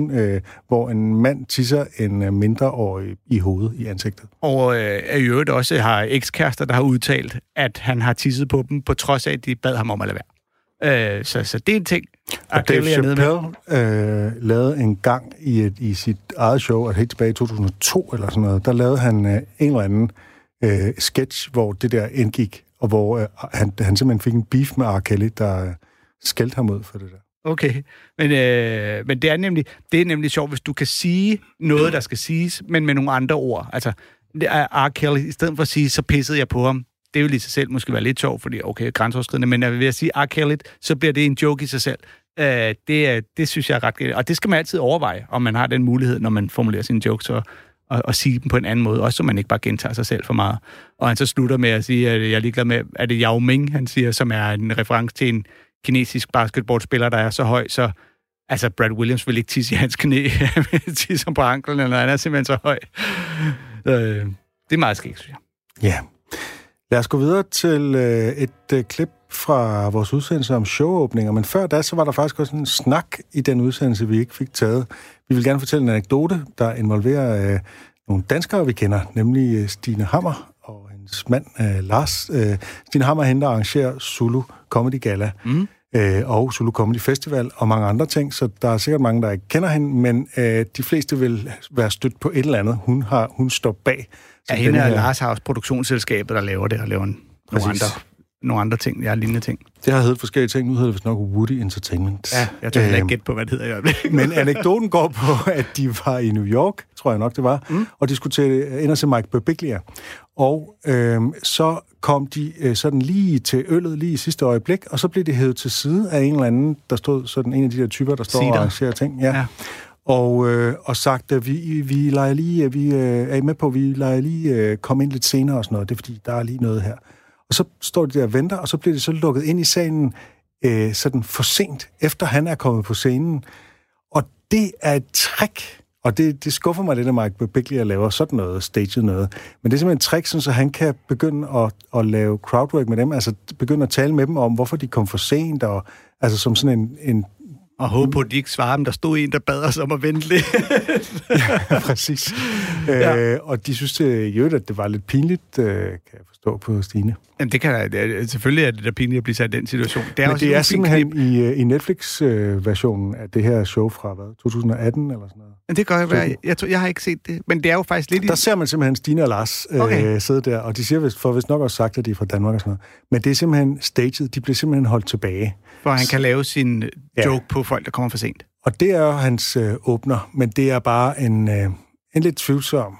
hvor en mand tisser en mindreårig i hovedet, i ansigtet.
Og i øvrigt også har ekskærester, der har udtalt, at han har tisset på dem, på trods af, at de bad ham om at lade være. Så det er en ting.
Og Dave Chappelle lavede en gang i sit eget show, og helt tilbage i 2002 eller sådan noget, der lavede han en eller anden sketch, hvor det der indgik, og hvor han simpelthen fik en beef med R. Kelly, der skældte ham ud for det der.
Okay, men det er nemlig sjovt, hvis du kan sige noget, der skal siges, men med nogle andre ord. Altså, R. Kelly, i stedet for at sige, så pissede jeg på ham, det vil i sig selv måske være lidt sjovt, fordi okay, grænseoverskridende, men ved at sige R. Kelly, så bliver det en joke i sig selv. Det synes jeg er ret, og det skal man altid overveje, om man har den mulighed, når man formulerer sine jokes, og sige dem på en anden måde, også så man ikke bare gentager sig selv for meget. Og han så slutter med at sige, at jeg er ligeglad med, at det Yao Ming, han siger, som er en reference til en kinesisk basketballspiller, der er så høj, så Altså, Brad Williams vil ikke tisse i hans knæ, tisse på anklen, eller han er simpelthen så høj. Det er meget skægt, synes jeg.
Ja. Lad os gå videre til et klip fra vores udsendelse om showåbninger, men før da, så var der faktisk også en snak i den udsendelse, vi ikke fik taget. Vi vil gerne fortælle en anekdote, der involverer nogle danskere, vi kender, nemlig Stine Hammer og hendes mand Lars. Stine Hammer hende, der arrangerer Zulu Comedy Gala og Zulu Comedy Festival og mange andre ting, så der er sikkert mange, der ikke kender hende, men de fleste vil være stødt på et eller andet. Hun står bag.
Ja, hende er Lars House produktionsselskabet, der laver det og laver nogle andre ting, lignende ting.
Det har heddet forskellige ting. Nu hedder det vist nok Woody Entertainment.
Ja, jeg tror ikke gætte på, hvad det hedder i øjeblikket.
Men anekdoten går på, at de var i New York, tror jeg nok det var, og de skulle ind og se Mike Birbiglia. Og så kom de sådan lige til øllet lige i sidste øjeblik, og så blev de hævet til side af en eller anden, der stod sådan en af de der typer, der står og arrangerer ting. Ja. Og sagt, at vi leger lige, vi er med på, vi leger lige komme ind lidt senere og sådan noget. Det er fordi, der er lige noget her. Og så står de der og venter, og så bliver de så lukket ind i salen sådan for sent, efter han er kommet på scenen. Og det er et trick, og det skuffer mig lidt, at Mike Birbiglia laver sådan noget, staged noget. Men det er simpelthen et trick, så han kan begynde at lave crowdwork med dem, altså begynde at tale med dem om, hvorfor de kom for sent, og altså som sådan en
og håbe på, at de ikke svarer dem. Der stod en, der bad os om at vente lidt.
Ja, præcis. Og de synes at det var lidt pinligt, kan jeg forstå på Stine.
Jamen, selvfølgelig er det da pinligt at blive sat i den situation.
Men det er simpelthen i Netflix-versionen af det her show fra, 2018 eller sådan noget?
Men det kan godt være. Jeg har ikke set det, men det er jo faktisk lidt...
Der ser man simpelthen Stine og Lars sidde der, og de siger vist nok også sagt, at de er fra Danmark og sådan noget. Men det er simpelthen staged. De bliver simpelthen holdt tilbage.
For han kan lave sin joke på folk, der kommer for sent.
Og det er jo hans åbner, men det er bare en lidt tvivlsom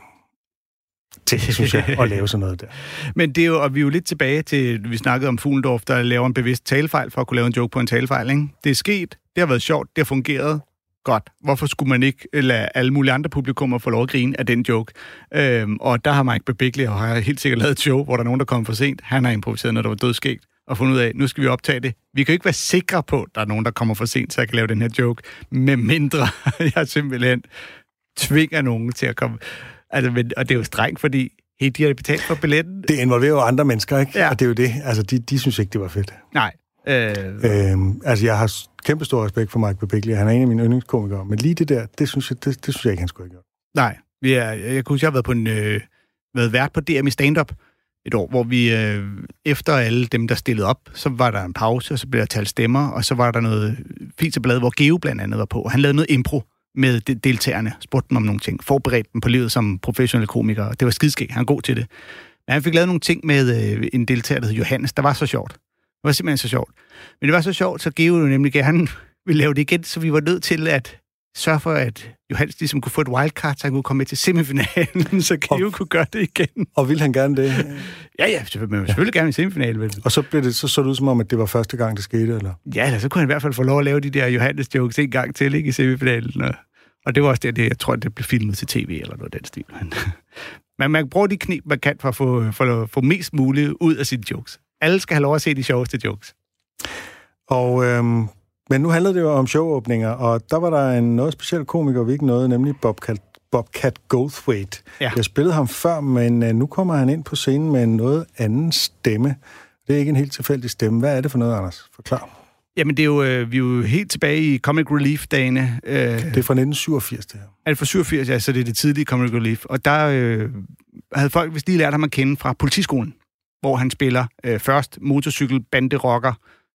ting, synes jeg, at lave sådan noget der.
Men det er jo, og vi er jo lidt tilbage til, vi snakkede om Fuglendorf, der laver en bevidst talefejl for at kunne lave en joke på en talefejl, ikke? Det er sket, det har været sjovt, det har fungeret godt. Hvorfor skulle man ikke lade alle mulige andre publikummer få lov at grine af den joke? Og der har Mike Birbiglia og har helt sikkert lavet et show, hvor der er nogen, der kommer for sent. Han har improviseret, når der var dødskægt, og fundet ud af, nu skal vi optage det. Vi kan jo ikke være sikre på, at der er nogen, der kommer for sent, så jeg kan lave den her joke, med mindre jeg simpelthen tvinger nogen til at komme. Altså, og det er jo strengt, fordi de har betalt for billetten.
Det involverer jo andre mennesker, ikke?
Ja.
Og det er jo det. Altså, de synes ikke, det var fedt.
Nej.
Altså, jeg har kæmpe stor respekt for Mike Birbiglia. Han er en af mine yndlingskomikere. Men lige det der, det synes jeg ikke, han skulle have gjort.
Nej. Jeg kunne huske, jeg har været på været vært på DM i stand-up et år, hvor vi efter alle dem, der stillede op, så var der en pause, og så blev der talt stemmer, og så var der noget fint til blad, hvor Geo blandt andet var på. Han lavede noget impro med deltagerne, spurgte dem om nogle ting, forberedte dem på livet som professionelle komikere. Det var skidskægt, han er god til det. Men han fik lavet nogle ting med en deltager, der hed Johannes, der var så sjovt. Det var simpelthen så sjovt. Men det var så sjovt, så Geo nemlig gerne ville lave det igen, så vi var nødt til at sørge for, at Johannes ligesom kunne få et wildcard, så han kunne komme med til semifinalen, så Geo kunne gøre det igen.
Og ville han gerne det?
Ja, men selvfølgelig gerne i semifinalen.
Og så så det ud som om, at det var første gang, det skete, eller? Ja,
eller så kunne han i hvert fald få lov at lave de der Johannes-jokes en gang til, ikke, i semifinalen. Og det var også det, jeg tror, det blev filmet til tv, eller noget den stil. Men man bruger de knep, man kan for at få mest muligt ud af sine jokes. Alle skal have lov at se de sjoveste jokes.
Og... Men nu handlede det jo om showåbninger, og der var der en noget speciel komiker, vi ikke nåede, nemlig Bobcat Goldthwait. Ja. Jeg spillede ham før, men nu kommer han ind på scenen med en noget anden stemme. Det er ikke en helt tilfældig stemme. Hvad er det for noget, Anders? Forklar.
Jamen, det er jo, vi er jo helt tilbage i Comic Relief-dagene.
Det er fra 1987, det her.
Er det fra 87, ja, så det er det tidlige Comic Relief. Og der havde folk vist lige lært ham at kende fra politiskolen, hvor han spiller først motorcykelbanderocker,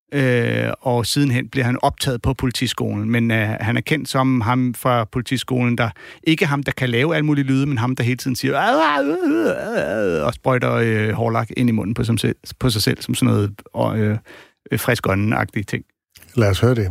og sidenhen bliver han optaget på politiskolen. Men han er kendt som ham fra politiskolen, der ikke ham, der kan lave alle mulige lyde, men ham, der hele tiden siger og sprøjter hårlak ind i munden på sig selv, som sådan noget frisk ånden-agtige ting.
Lad os høre det.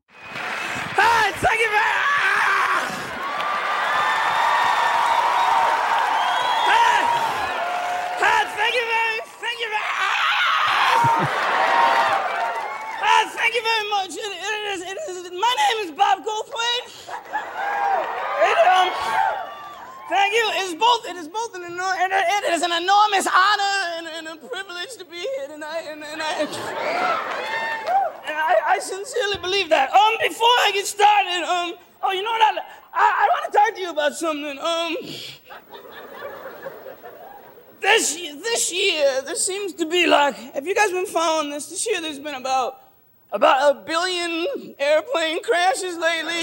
It is an enormous honor and a privilege to be here tonight. And I sincerely believe that. Before I get started, you know what? I want to talk to you about something. This year, there seems to be like, have you guys been following this? This year, there's been about 1 billion airplane crashes lately.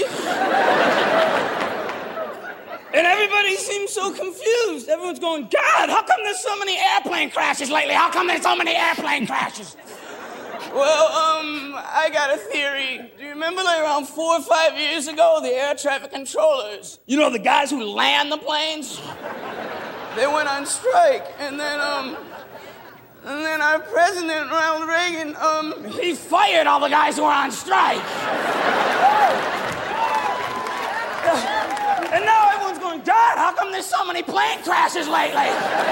And everybody seems so confused. Everyone's going, God, how come there's so many airplane crashes lately? How come there's so many airplane crashes? Well, I got a theory. Do you remember like around 4 or 5 years ago, the air traffic controllers, you know, the guys who land the planes? They went on strike, and then our president, Ronald Reagan, he fired all the guys who were on strike. And now everyone's going, God, how come there's so many plane crashes lately?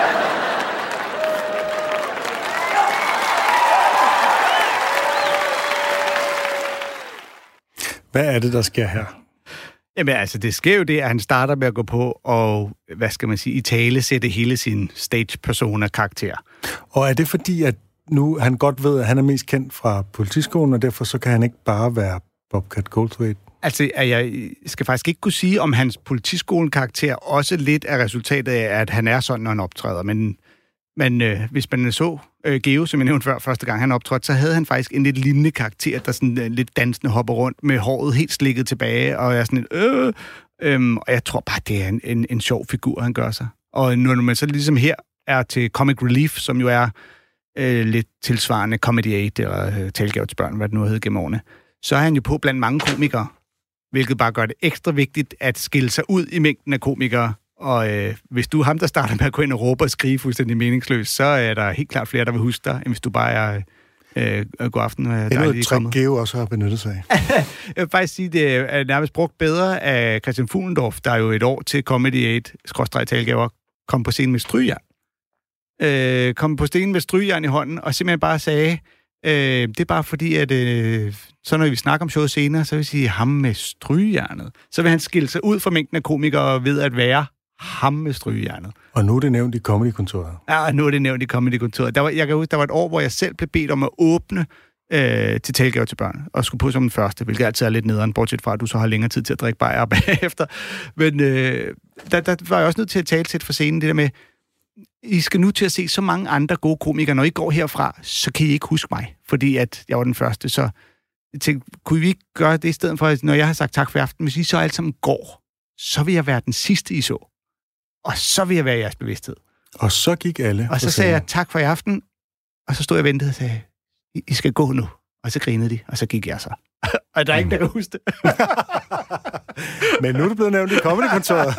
Hvad er det, der sker her?
Jamen altså, det sker jo det, at han starter med at gå på og, hvad skal man sige, i tale sætte hele sin stage-persona-karakter. Og
er det fordi, at nu han godt ved, at han er mest kendt fra politiskolen, og derfor så kan han ikke bare være Bobcat Goldthwait?
Altså, jeg skal faktisk ikke kunne sige, om hans politiskolen-karakter også lidt er resultatet af, at han er sådan, når han optræder. Men hvis man så Geo, som jeg nævnte før, første gang han optrådte, så havde han faktisk en lidt lignende karakter, der sådan lidt dansende hopper rundt med håret helt slikket tilbage, og er sådan og jeg tror bare, det er en sjov figur, han gør sig. Og når man så ligesom her er til Comic Relief, som jo er lidt tilsvarende Comedy Aid, eller Talgave til børn, hvad det nu hedder gennem årene, så er han jo på blandt mange komikere, hvilket bare gør det ekstra vigtigt at skille sig ud i mængden af komikere. Og hvis du er ham, der starter med at gå ind og råbe og skrige fuldstændig meningsløst, så er der helt klart flere, der vil huske dig, end hvis du bare er god aften.
Det er noget trick, Geo også har benyttet sig af.
Jeg vil faktisk sige, det er nærmest brugt bedre af Christian Fuglendorf, der jo et år til Comedy 8/talgaver kom på scenen med strygjern. Kom på scenen med strygjern i hånden, og simpelthen bare sagde, det er bare fordi, at så når vi snakker om showet senere, så vil jeg sige ham med strygejernet. Så vil han skille sig ud fra mængden af komikere ved at være ham med strygejernet.
Og nu er det nævnt i Comedy-kontoret.
Ja, nu er det nævnt i Comedy-kontoret. Jeg kan huske, der var et år, hvor jeg selv blev bedt om at åbne til Talgave til børn, og skulle på som den første, hvilket altid er lidt nederen, bortset fra, at du så har længere tid til at drikke bajer bagefter. Men der var jeg også nødt til at tale til for scenen, det der med, I skal nu til at se så mange andre gode komikere. Når I går herfra, så kan I ikke huske mig, fordi at jeg var den første. Så jeg tænkte, kunne vi ikke gøre det i stedet for, at når jeg har sagt tak for i aften, hvis I så alle sammen går, så vil jeg være den sidste, I så. Og så vil jeg være i jeres bevidsthed.
Og så gik alle.
Og så sagde jeg tak for i aften, og så stod jeg og ventede og sagde, I skal gå nu. Og så grinede de, og så gik jeg så. Og der er ingen, der kan huske det.
Men nu er det blevet nævnt i Comedy-kontoret.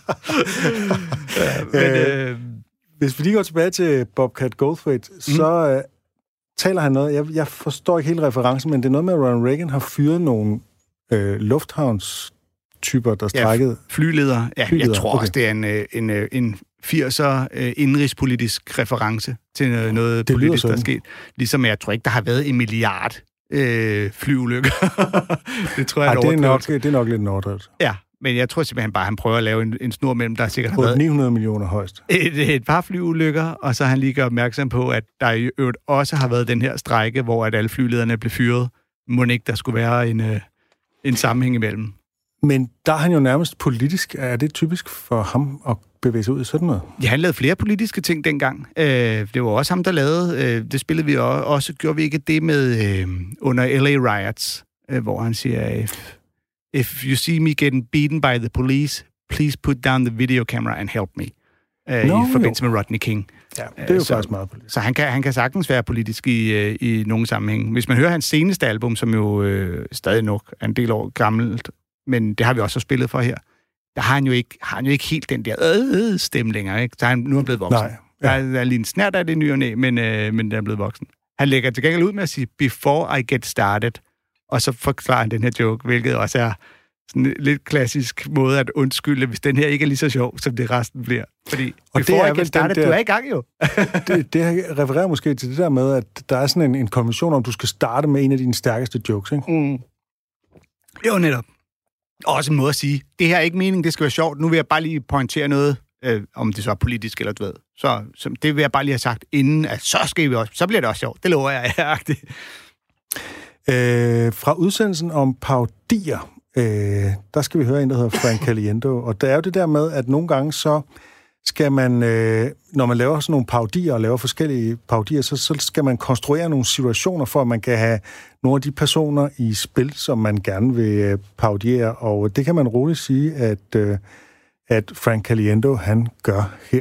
Hvis vi lige går tilbage til Bobcat Goldthwait, så taler han noget. Jeg forstår ikke hele referencen, men det er noget med, at Ronald Reagan har fyret nogle lufthavnstyper, der strækkede.
Ja, flyledere. Ja, jeg tror også, det er en 80'er indrigspolitisk reference til noget politisk, der er sket. Ligesom jeg tror ikke, der har været 1 milliard flyulykker. Det tror jeg
det er nok lidt en overdrivelse.
Ja, men jeg tror simpelthen bare, han prøver at lave en snor mellem, der sikkert har været
900 millioner højst.
Et par flyulykker, og så har han lige gjort opmærksom på, at der i øvrigt også har været den her strejke, hvor at alle flylederne blev fyret. Må ikke der skulle være en sammenhæng imellem.
Men der er han jo nærmest politisk. Er det typisk for ham at bevæge sig ud i sådan noget?
Ja, han lavede flere politiske ting dengang. Det var også ham, der lavede. Det spillede vi også. Gjorde vi ikke det med under LA Riots, hvor han siger, If you see me getting beaten by the police, please put down the video camera and help me. I forbindelse med Rodney King.
Ja, det er jo faktisk meget politisk.
Så han kan sagtens være politisk i nogle sammenhæng. Hvis man hører hans seneste album, som jo stadig nok er en del år gammelt, men det har vi også spillet for her, der har han jo ikke helt den der stemme længere, ikke? Så nu er han blevet voksen. Nej, ja. Der er lige en snært af det nye og næ, men den er blevet voksen. Han lægger til gengæld ud med at sige, before I get started, og så forklarer han den her joke, hvilket også er sådan en lidt klassisk måde at undskylde, hvis den her ikke er lige så sjov, som det resten bliver. Fordi
og det er
vel startet, du er i gang jo.
det refererer måske til det der med, at der er sådan en konvention om, du skal starte med en af dine stærkeste jokes, ikke?
Mm. Jo, netop. Også en måde at sige, det her er ikke meningen, det skal være sjovt. Nu vil jeg bare lige pointere noget, om det så er politisk eller du ved. Så det vil jeg bare lige have sagt, inden at så skal vi også, så bliver det også sjovt. Det lover jeg.
Fra udsendelsen om parodier, der skal vi høre en, der hedder Frank Caliendo. Og der er jo det der med, at nogle gange så skal man, når man laver sådan nogle parodier og laver forskellige parodier, så skal man konstruere nogle situationer for, at man kan have nogle af de personer i spil, som man gerne vil parodiere. Og det kan man roligt sige, at Frank Caliendo, han gør her.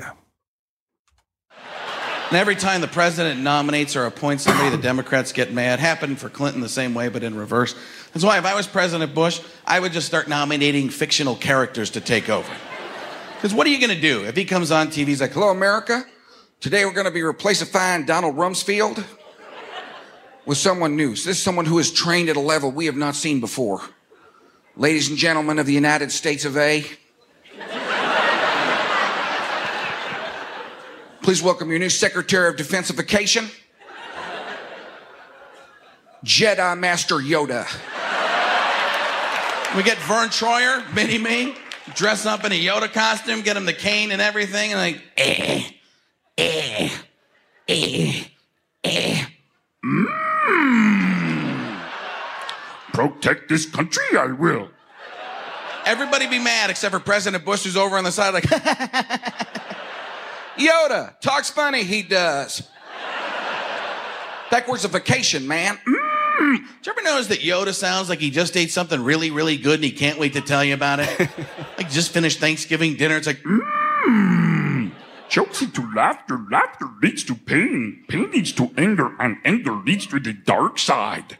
And every time the president nominates or appoints somebody, the Democrats get mad. Happened for Clinton the same way, but in reverse. That's why if I was President Bush, I would just start nominating fictional characters to take over. Because what are you going to do? If he comes on TV, he's like, hello, America. Today we're going to be replacifying Donald Rumsfeld with someone new. So this is someone who is trained at a level we have not seen before. Ladies and gentlemen of the United States of A, please welcome your new Secretary of Defensification, Jedi Master Yoda. We get Vern Troyer, Mini-Me, dress up in a Yoda costume, get him the cane and everything, and like,
Protect this country, I will.
Everybody be mad except for President Bush, who's over on the side like, Yoda, talks funny, he does. Backwards-ification, man.
Mm.
Did you ever notice that Yoda sounds like he just ate something really, really good and he can't wait to tell you about it? Like just finished Thanksgiving dinner, it's like,
Jokes into laughter, laughter leads to pain, pain leads to anger, and anger leads to the dark side.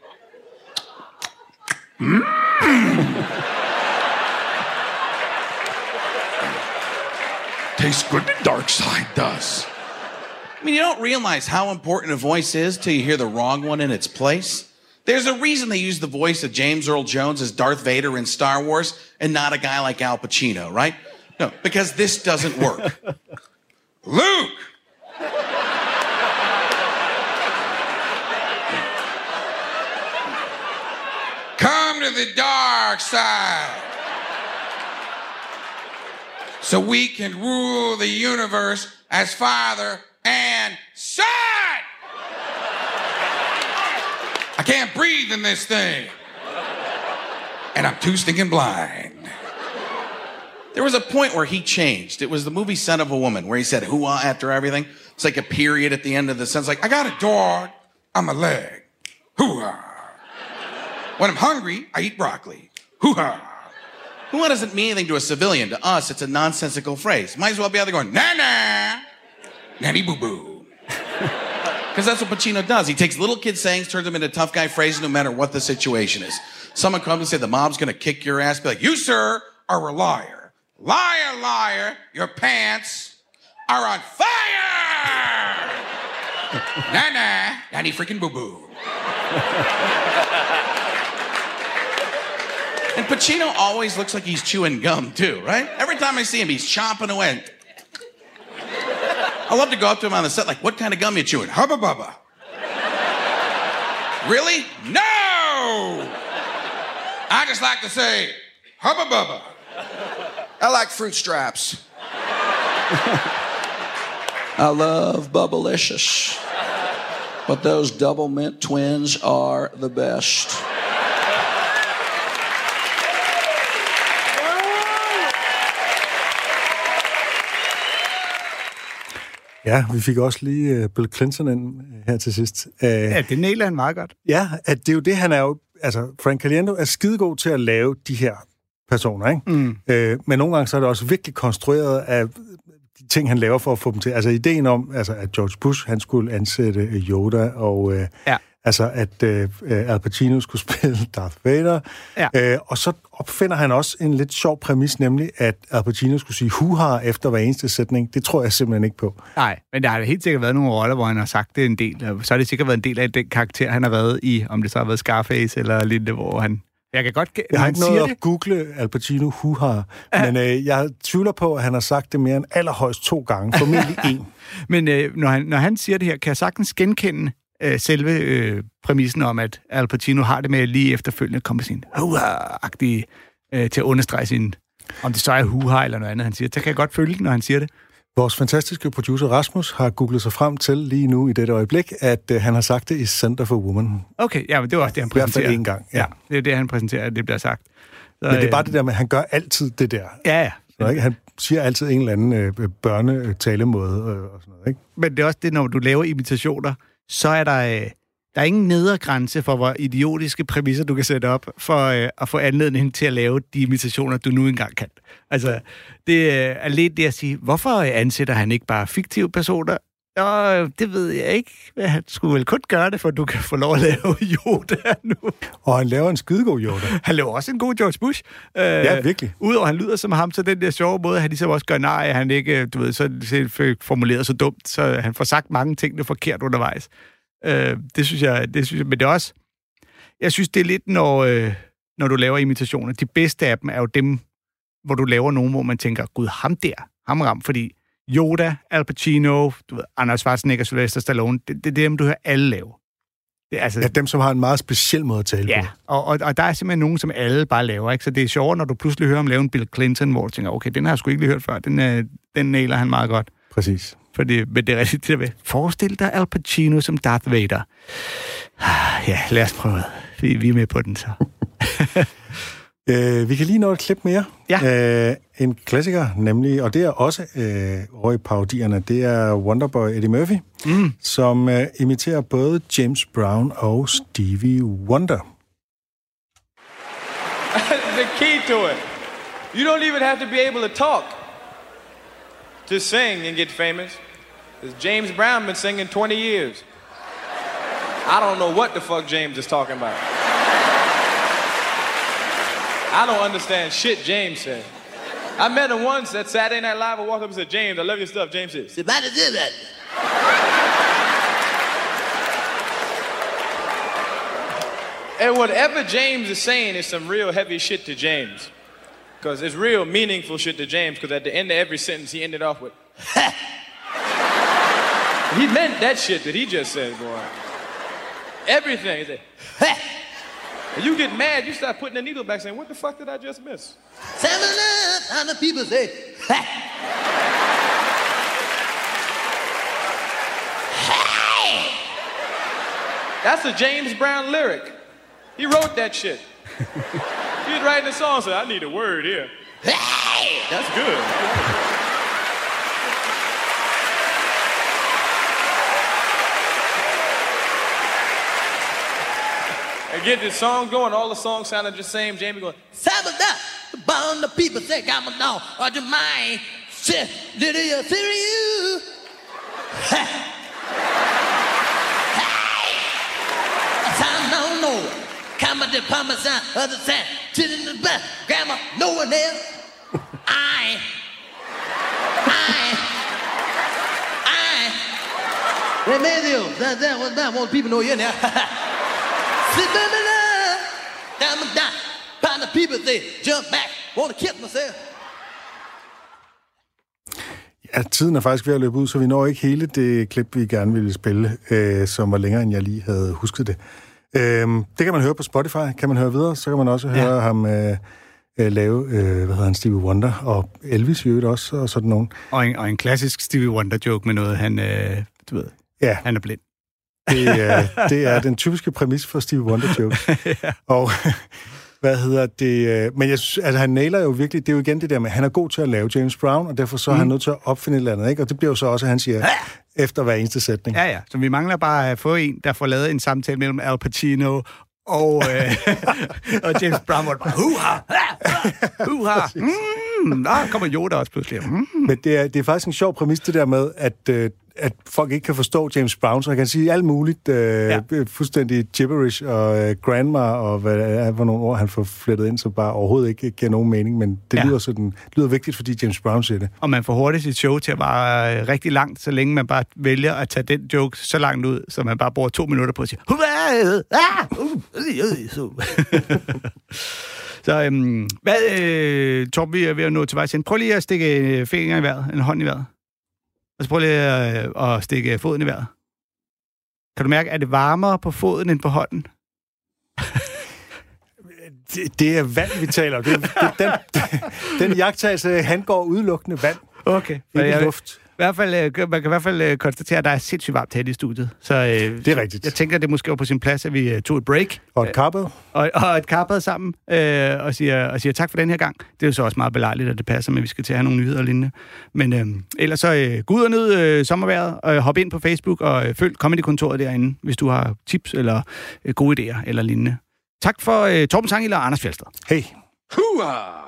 Tastes good, the dark side does.
I mean, you don't realize how important a voice is till you hear the wrong one in its place. There's a reason they use the voice of James Earl Jones as Darth Vader in Star Wars and not a guy like Al Pacino, right? No, because this doesn't work. Luke! Come to the dark side so we can rule the universe as father and son! I can't breathe in this thing. And I'm too stinking blind. There was a point where he changed. It was the movie Son of a Woman, where he said hoo-ah after everything. It's like a period at the end of the sentence, like, I got a dog on my leg. Hoo-ah. When I'm hungry, I eat broccoli. Hoo-ha. Hoo-ha doesn't mean anything to a civilian. To us, it's a nonsensical phrase. Might as well be out there going, na-na, nanny-boo-boo. Because that's what Pacino does. He takes little kid sayings, turns them into tough guy phrases no matter what the situation is. Someone comes and say, the mob's going to kick your ass. Be like, you, sir, are a liar. Liar, liar, your pants are on fire! Na-na, nanny freaking boo-boo. And Pacino always looks like he's chewing gum, too, right? Every time I see him, he's chomping away. I love to go up to him on the set, like, what kind of gum you chewing? Hubba Bubba. Really? No! I just like to say, Hubba Bubba. I like fruit straps. I love Bubblicious. But those double mint twins are the best.
Ja, vi fik også lige Bill Clinton ind her til sidst.
Ja, det næler han meget godt.
Ja, at det er jo det, han er jo... Altså, Frank Caliendo er skidegod til at lave de her personer, ikke? Men nogle gange så er det også virkelig konstrueret af de ting, han laver for at få dem til. Altså, ideen om, at George Bush, han skulle ansætte Yoda, og altså, at Al Pacino skulle spille Darth Vader. Ja. Og så opfinder han også en lidt sjov præmis, nemlig at Al Pacino skulle sige hoo-ha efter hver eneste sætning. Det tror jeg simpelthen ikke på. Nej,
men der har helt sikkert været nogle roller, hvor han har sagt det en del. Så har det sikkert været en del af den karakter, han har været i, om det så har været Scarface eller lidt, hvor han... Jeg har ikke noget at
google Al Pacino hoo-ha, men jeg tvivler på, at han har sagt det mere end allerhøjst 2 gange, formentlig 1.
Men når han siger det her, kan jeg sagtens genkende selve præmissen om, at Al Pacino har det med lige efterfølgende at komme med sin hoo-ha-agtige til at understrege sin, om det så er hoo-ha eller noget andet, han siger. Så kan jeg godt følge det, når han siger det.
Vores fantastiske producer Rasmus har googlet sig frem til lige nu i dette øjeblik, at han har sagt det i Center for Women.
Okay, ja, men det var også det, han præsenterer.
I hvert fald en gang.
Ja, det er det, han præsenterer, at det bliver sagt.
Så, men det er bare det der med, at han gør altid det der.
Ja.
Så, ikke? Han siger altid en eller anden børnetalemåde og sådan noget, ikke?
Men det er også det, når du laver imitationer, så er der er ingen nedergrænse for, hvor idiotiske præmisser du kan sætte op for at få anledning til at lave de imitationer, du nu engang kan. Altså, det er lidt det at sige, hvorfor ansætter han ikke bare fiktive personer? Det ved jeg ikke. Han skulle vel kun gøre det, for du kan få lov at lave Yoda nu.
Og han laver en skidegod Yoda.
Han laver også en god George Bush.
Ja, virkelig.
Udover han lyder som ham, så den der sjove måde, han ligesom også gør nej, han ikke, du ved, så formuleret så dumt, så han får sagt mange ting, der er forkert undervejs. Det synes jeg, men det er også, jeg synes, det er lidt, når du laver imitationer. De bedste af dem er jo dem, hvor du laver nogen, hvor man tænker, gud, ham ram, fordi Yoda, Al Pacino, du ved, Arnold Schwarzenegger, Sylvester Stallone, det er dem, du hører alle lave. Det er altså,
ja, dem, som har en meget speciel måde at tale på.
Og der er simpelthen nogen, som alle bare laver, ikke? Så det er sjovere, når du pludselig hører om lave en Bill Clinton, hvor du tænker, okay, den har jeg sgu ikke lige hørt før, den nailer han meget godt.
Præcis.
Men det er rigtigt, det der. Forestil dig Al Pacino som Darth Vader. Ja, lad os prøve. Vi er med på den så.
Vi kan lige nå et klip mere.
Ja.
En klassiker, nemlig, og det er også over i parodierne, det er Wonderboy Eddie Murphy, som imiterer både James Brown og Stevie Wonder.
The key to it. You don't even have to be able to talk to sing and get famous. Because James Brown been singing 20 years. I don't know what the fuck James is talking about. I don't understand shit James said. I met him once at Saturday Night Live. I walked up and said, James, I love your stuff. James said, and whatever James is saying is some real heavy shit to James. Because it's real meaningful shit to James, because at the end of every sentence, he ended off with, he meant that shit that he just said, boy. Everything. He said, and you get mad, you start putting the needle back saying, what the fuck did I just miss?
And the people say,
that's a James Brown lyric. He wrote that shit. He was writing a song, said, I need a word here. That's good. And get this song going, all the songs sounded the same. Jamie going,
Sabada, bound the people say, I'm a dog, or the mind, shit, did you see you? No. Come at the parmesan, other side, sit in the back, grandma, no one else. I. Remedio, that was that. Most people know you now. Sit down, find the people say, jump back, want to kill myself.
Ja, tiden er faktisk ved at løbe ud, så vi når ikke hele det klip, vi gerne ville spille, som var længere, end jeg lige havde husket det. Det kan man høre på Spotify, kan man høre videre, så kan man også høre ham lave, Stevie Wonder, og Elvis i øvrigt også, og sådan nogen.
Og en klassisk Stevie Wonder-joke med noget, han, du ved, han er blind.
Det er den typiske præmis for Stevie Wonder-joke. Ja. Og men jeg synes, altså han nailer jo virkelig, det er jo igen det der med, han er god til at lave James Brown, og derfor så er han nødt til at opfinde et eller andet, ikke? Og det bliver jo så også, at han siger, efter hver eneste sætning.
Ja, så vi mangler bare at få en, der får lavet en samtale mellem Al Pacino og James Brown, hvor det bare, huha, kommer Yoda også pludselig.
Men det er faktisk en sjov præmis, det der med, at folk ikke kan forstå James Brown, så han kan sige alt muligt fuldstændig gibberish og grandma og hvad er for nogle ord, han får flettet ind, så bare overhovedet ikke giver nogen mening, men det lyder vigtigt, fordi James Brown siger det.
Og man får hurtigt sit show til at være rigtig langt, så længe man bare vælger at tage den joke så langt ud, så man bare bruger 2 minutter på at sige Så Torben, vi er ved at nå til vejs ind. Prøv lige at stikke fingeren i vejret, en hånd i vejret. Og så prøv lige at stikke foden i vejret. Kan du mærke, at det varmere på foden end på hånden?
Det er vand, vi taler om. Den jagttagelse, han går udelukkende vand.
Okay.
Ikke luft.
Man kan i hvert fald konstatere, at der er sindssygt varmt her i studiet. Så,
det er rigtigt.
Jeg tænker, at det måske var på sin plads, at vi tog et break.
Og et karpet.
Og et karpet sammen, og siger tak for den her gang. Det er jo så også meget belejligt, at det passer med, at vi skal til at have nogle nyheder og lignende. Men ellers så gå ud og nyd sommervejret, og hop ind på Facebook og følg Comedy-kontoret derinde, hvis du har tips eller gode idéer eller lignende. Tak for Torben Sangil og Anders Fjeldsted.
Hej.
Hua!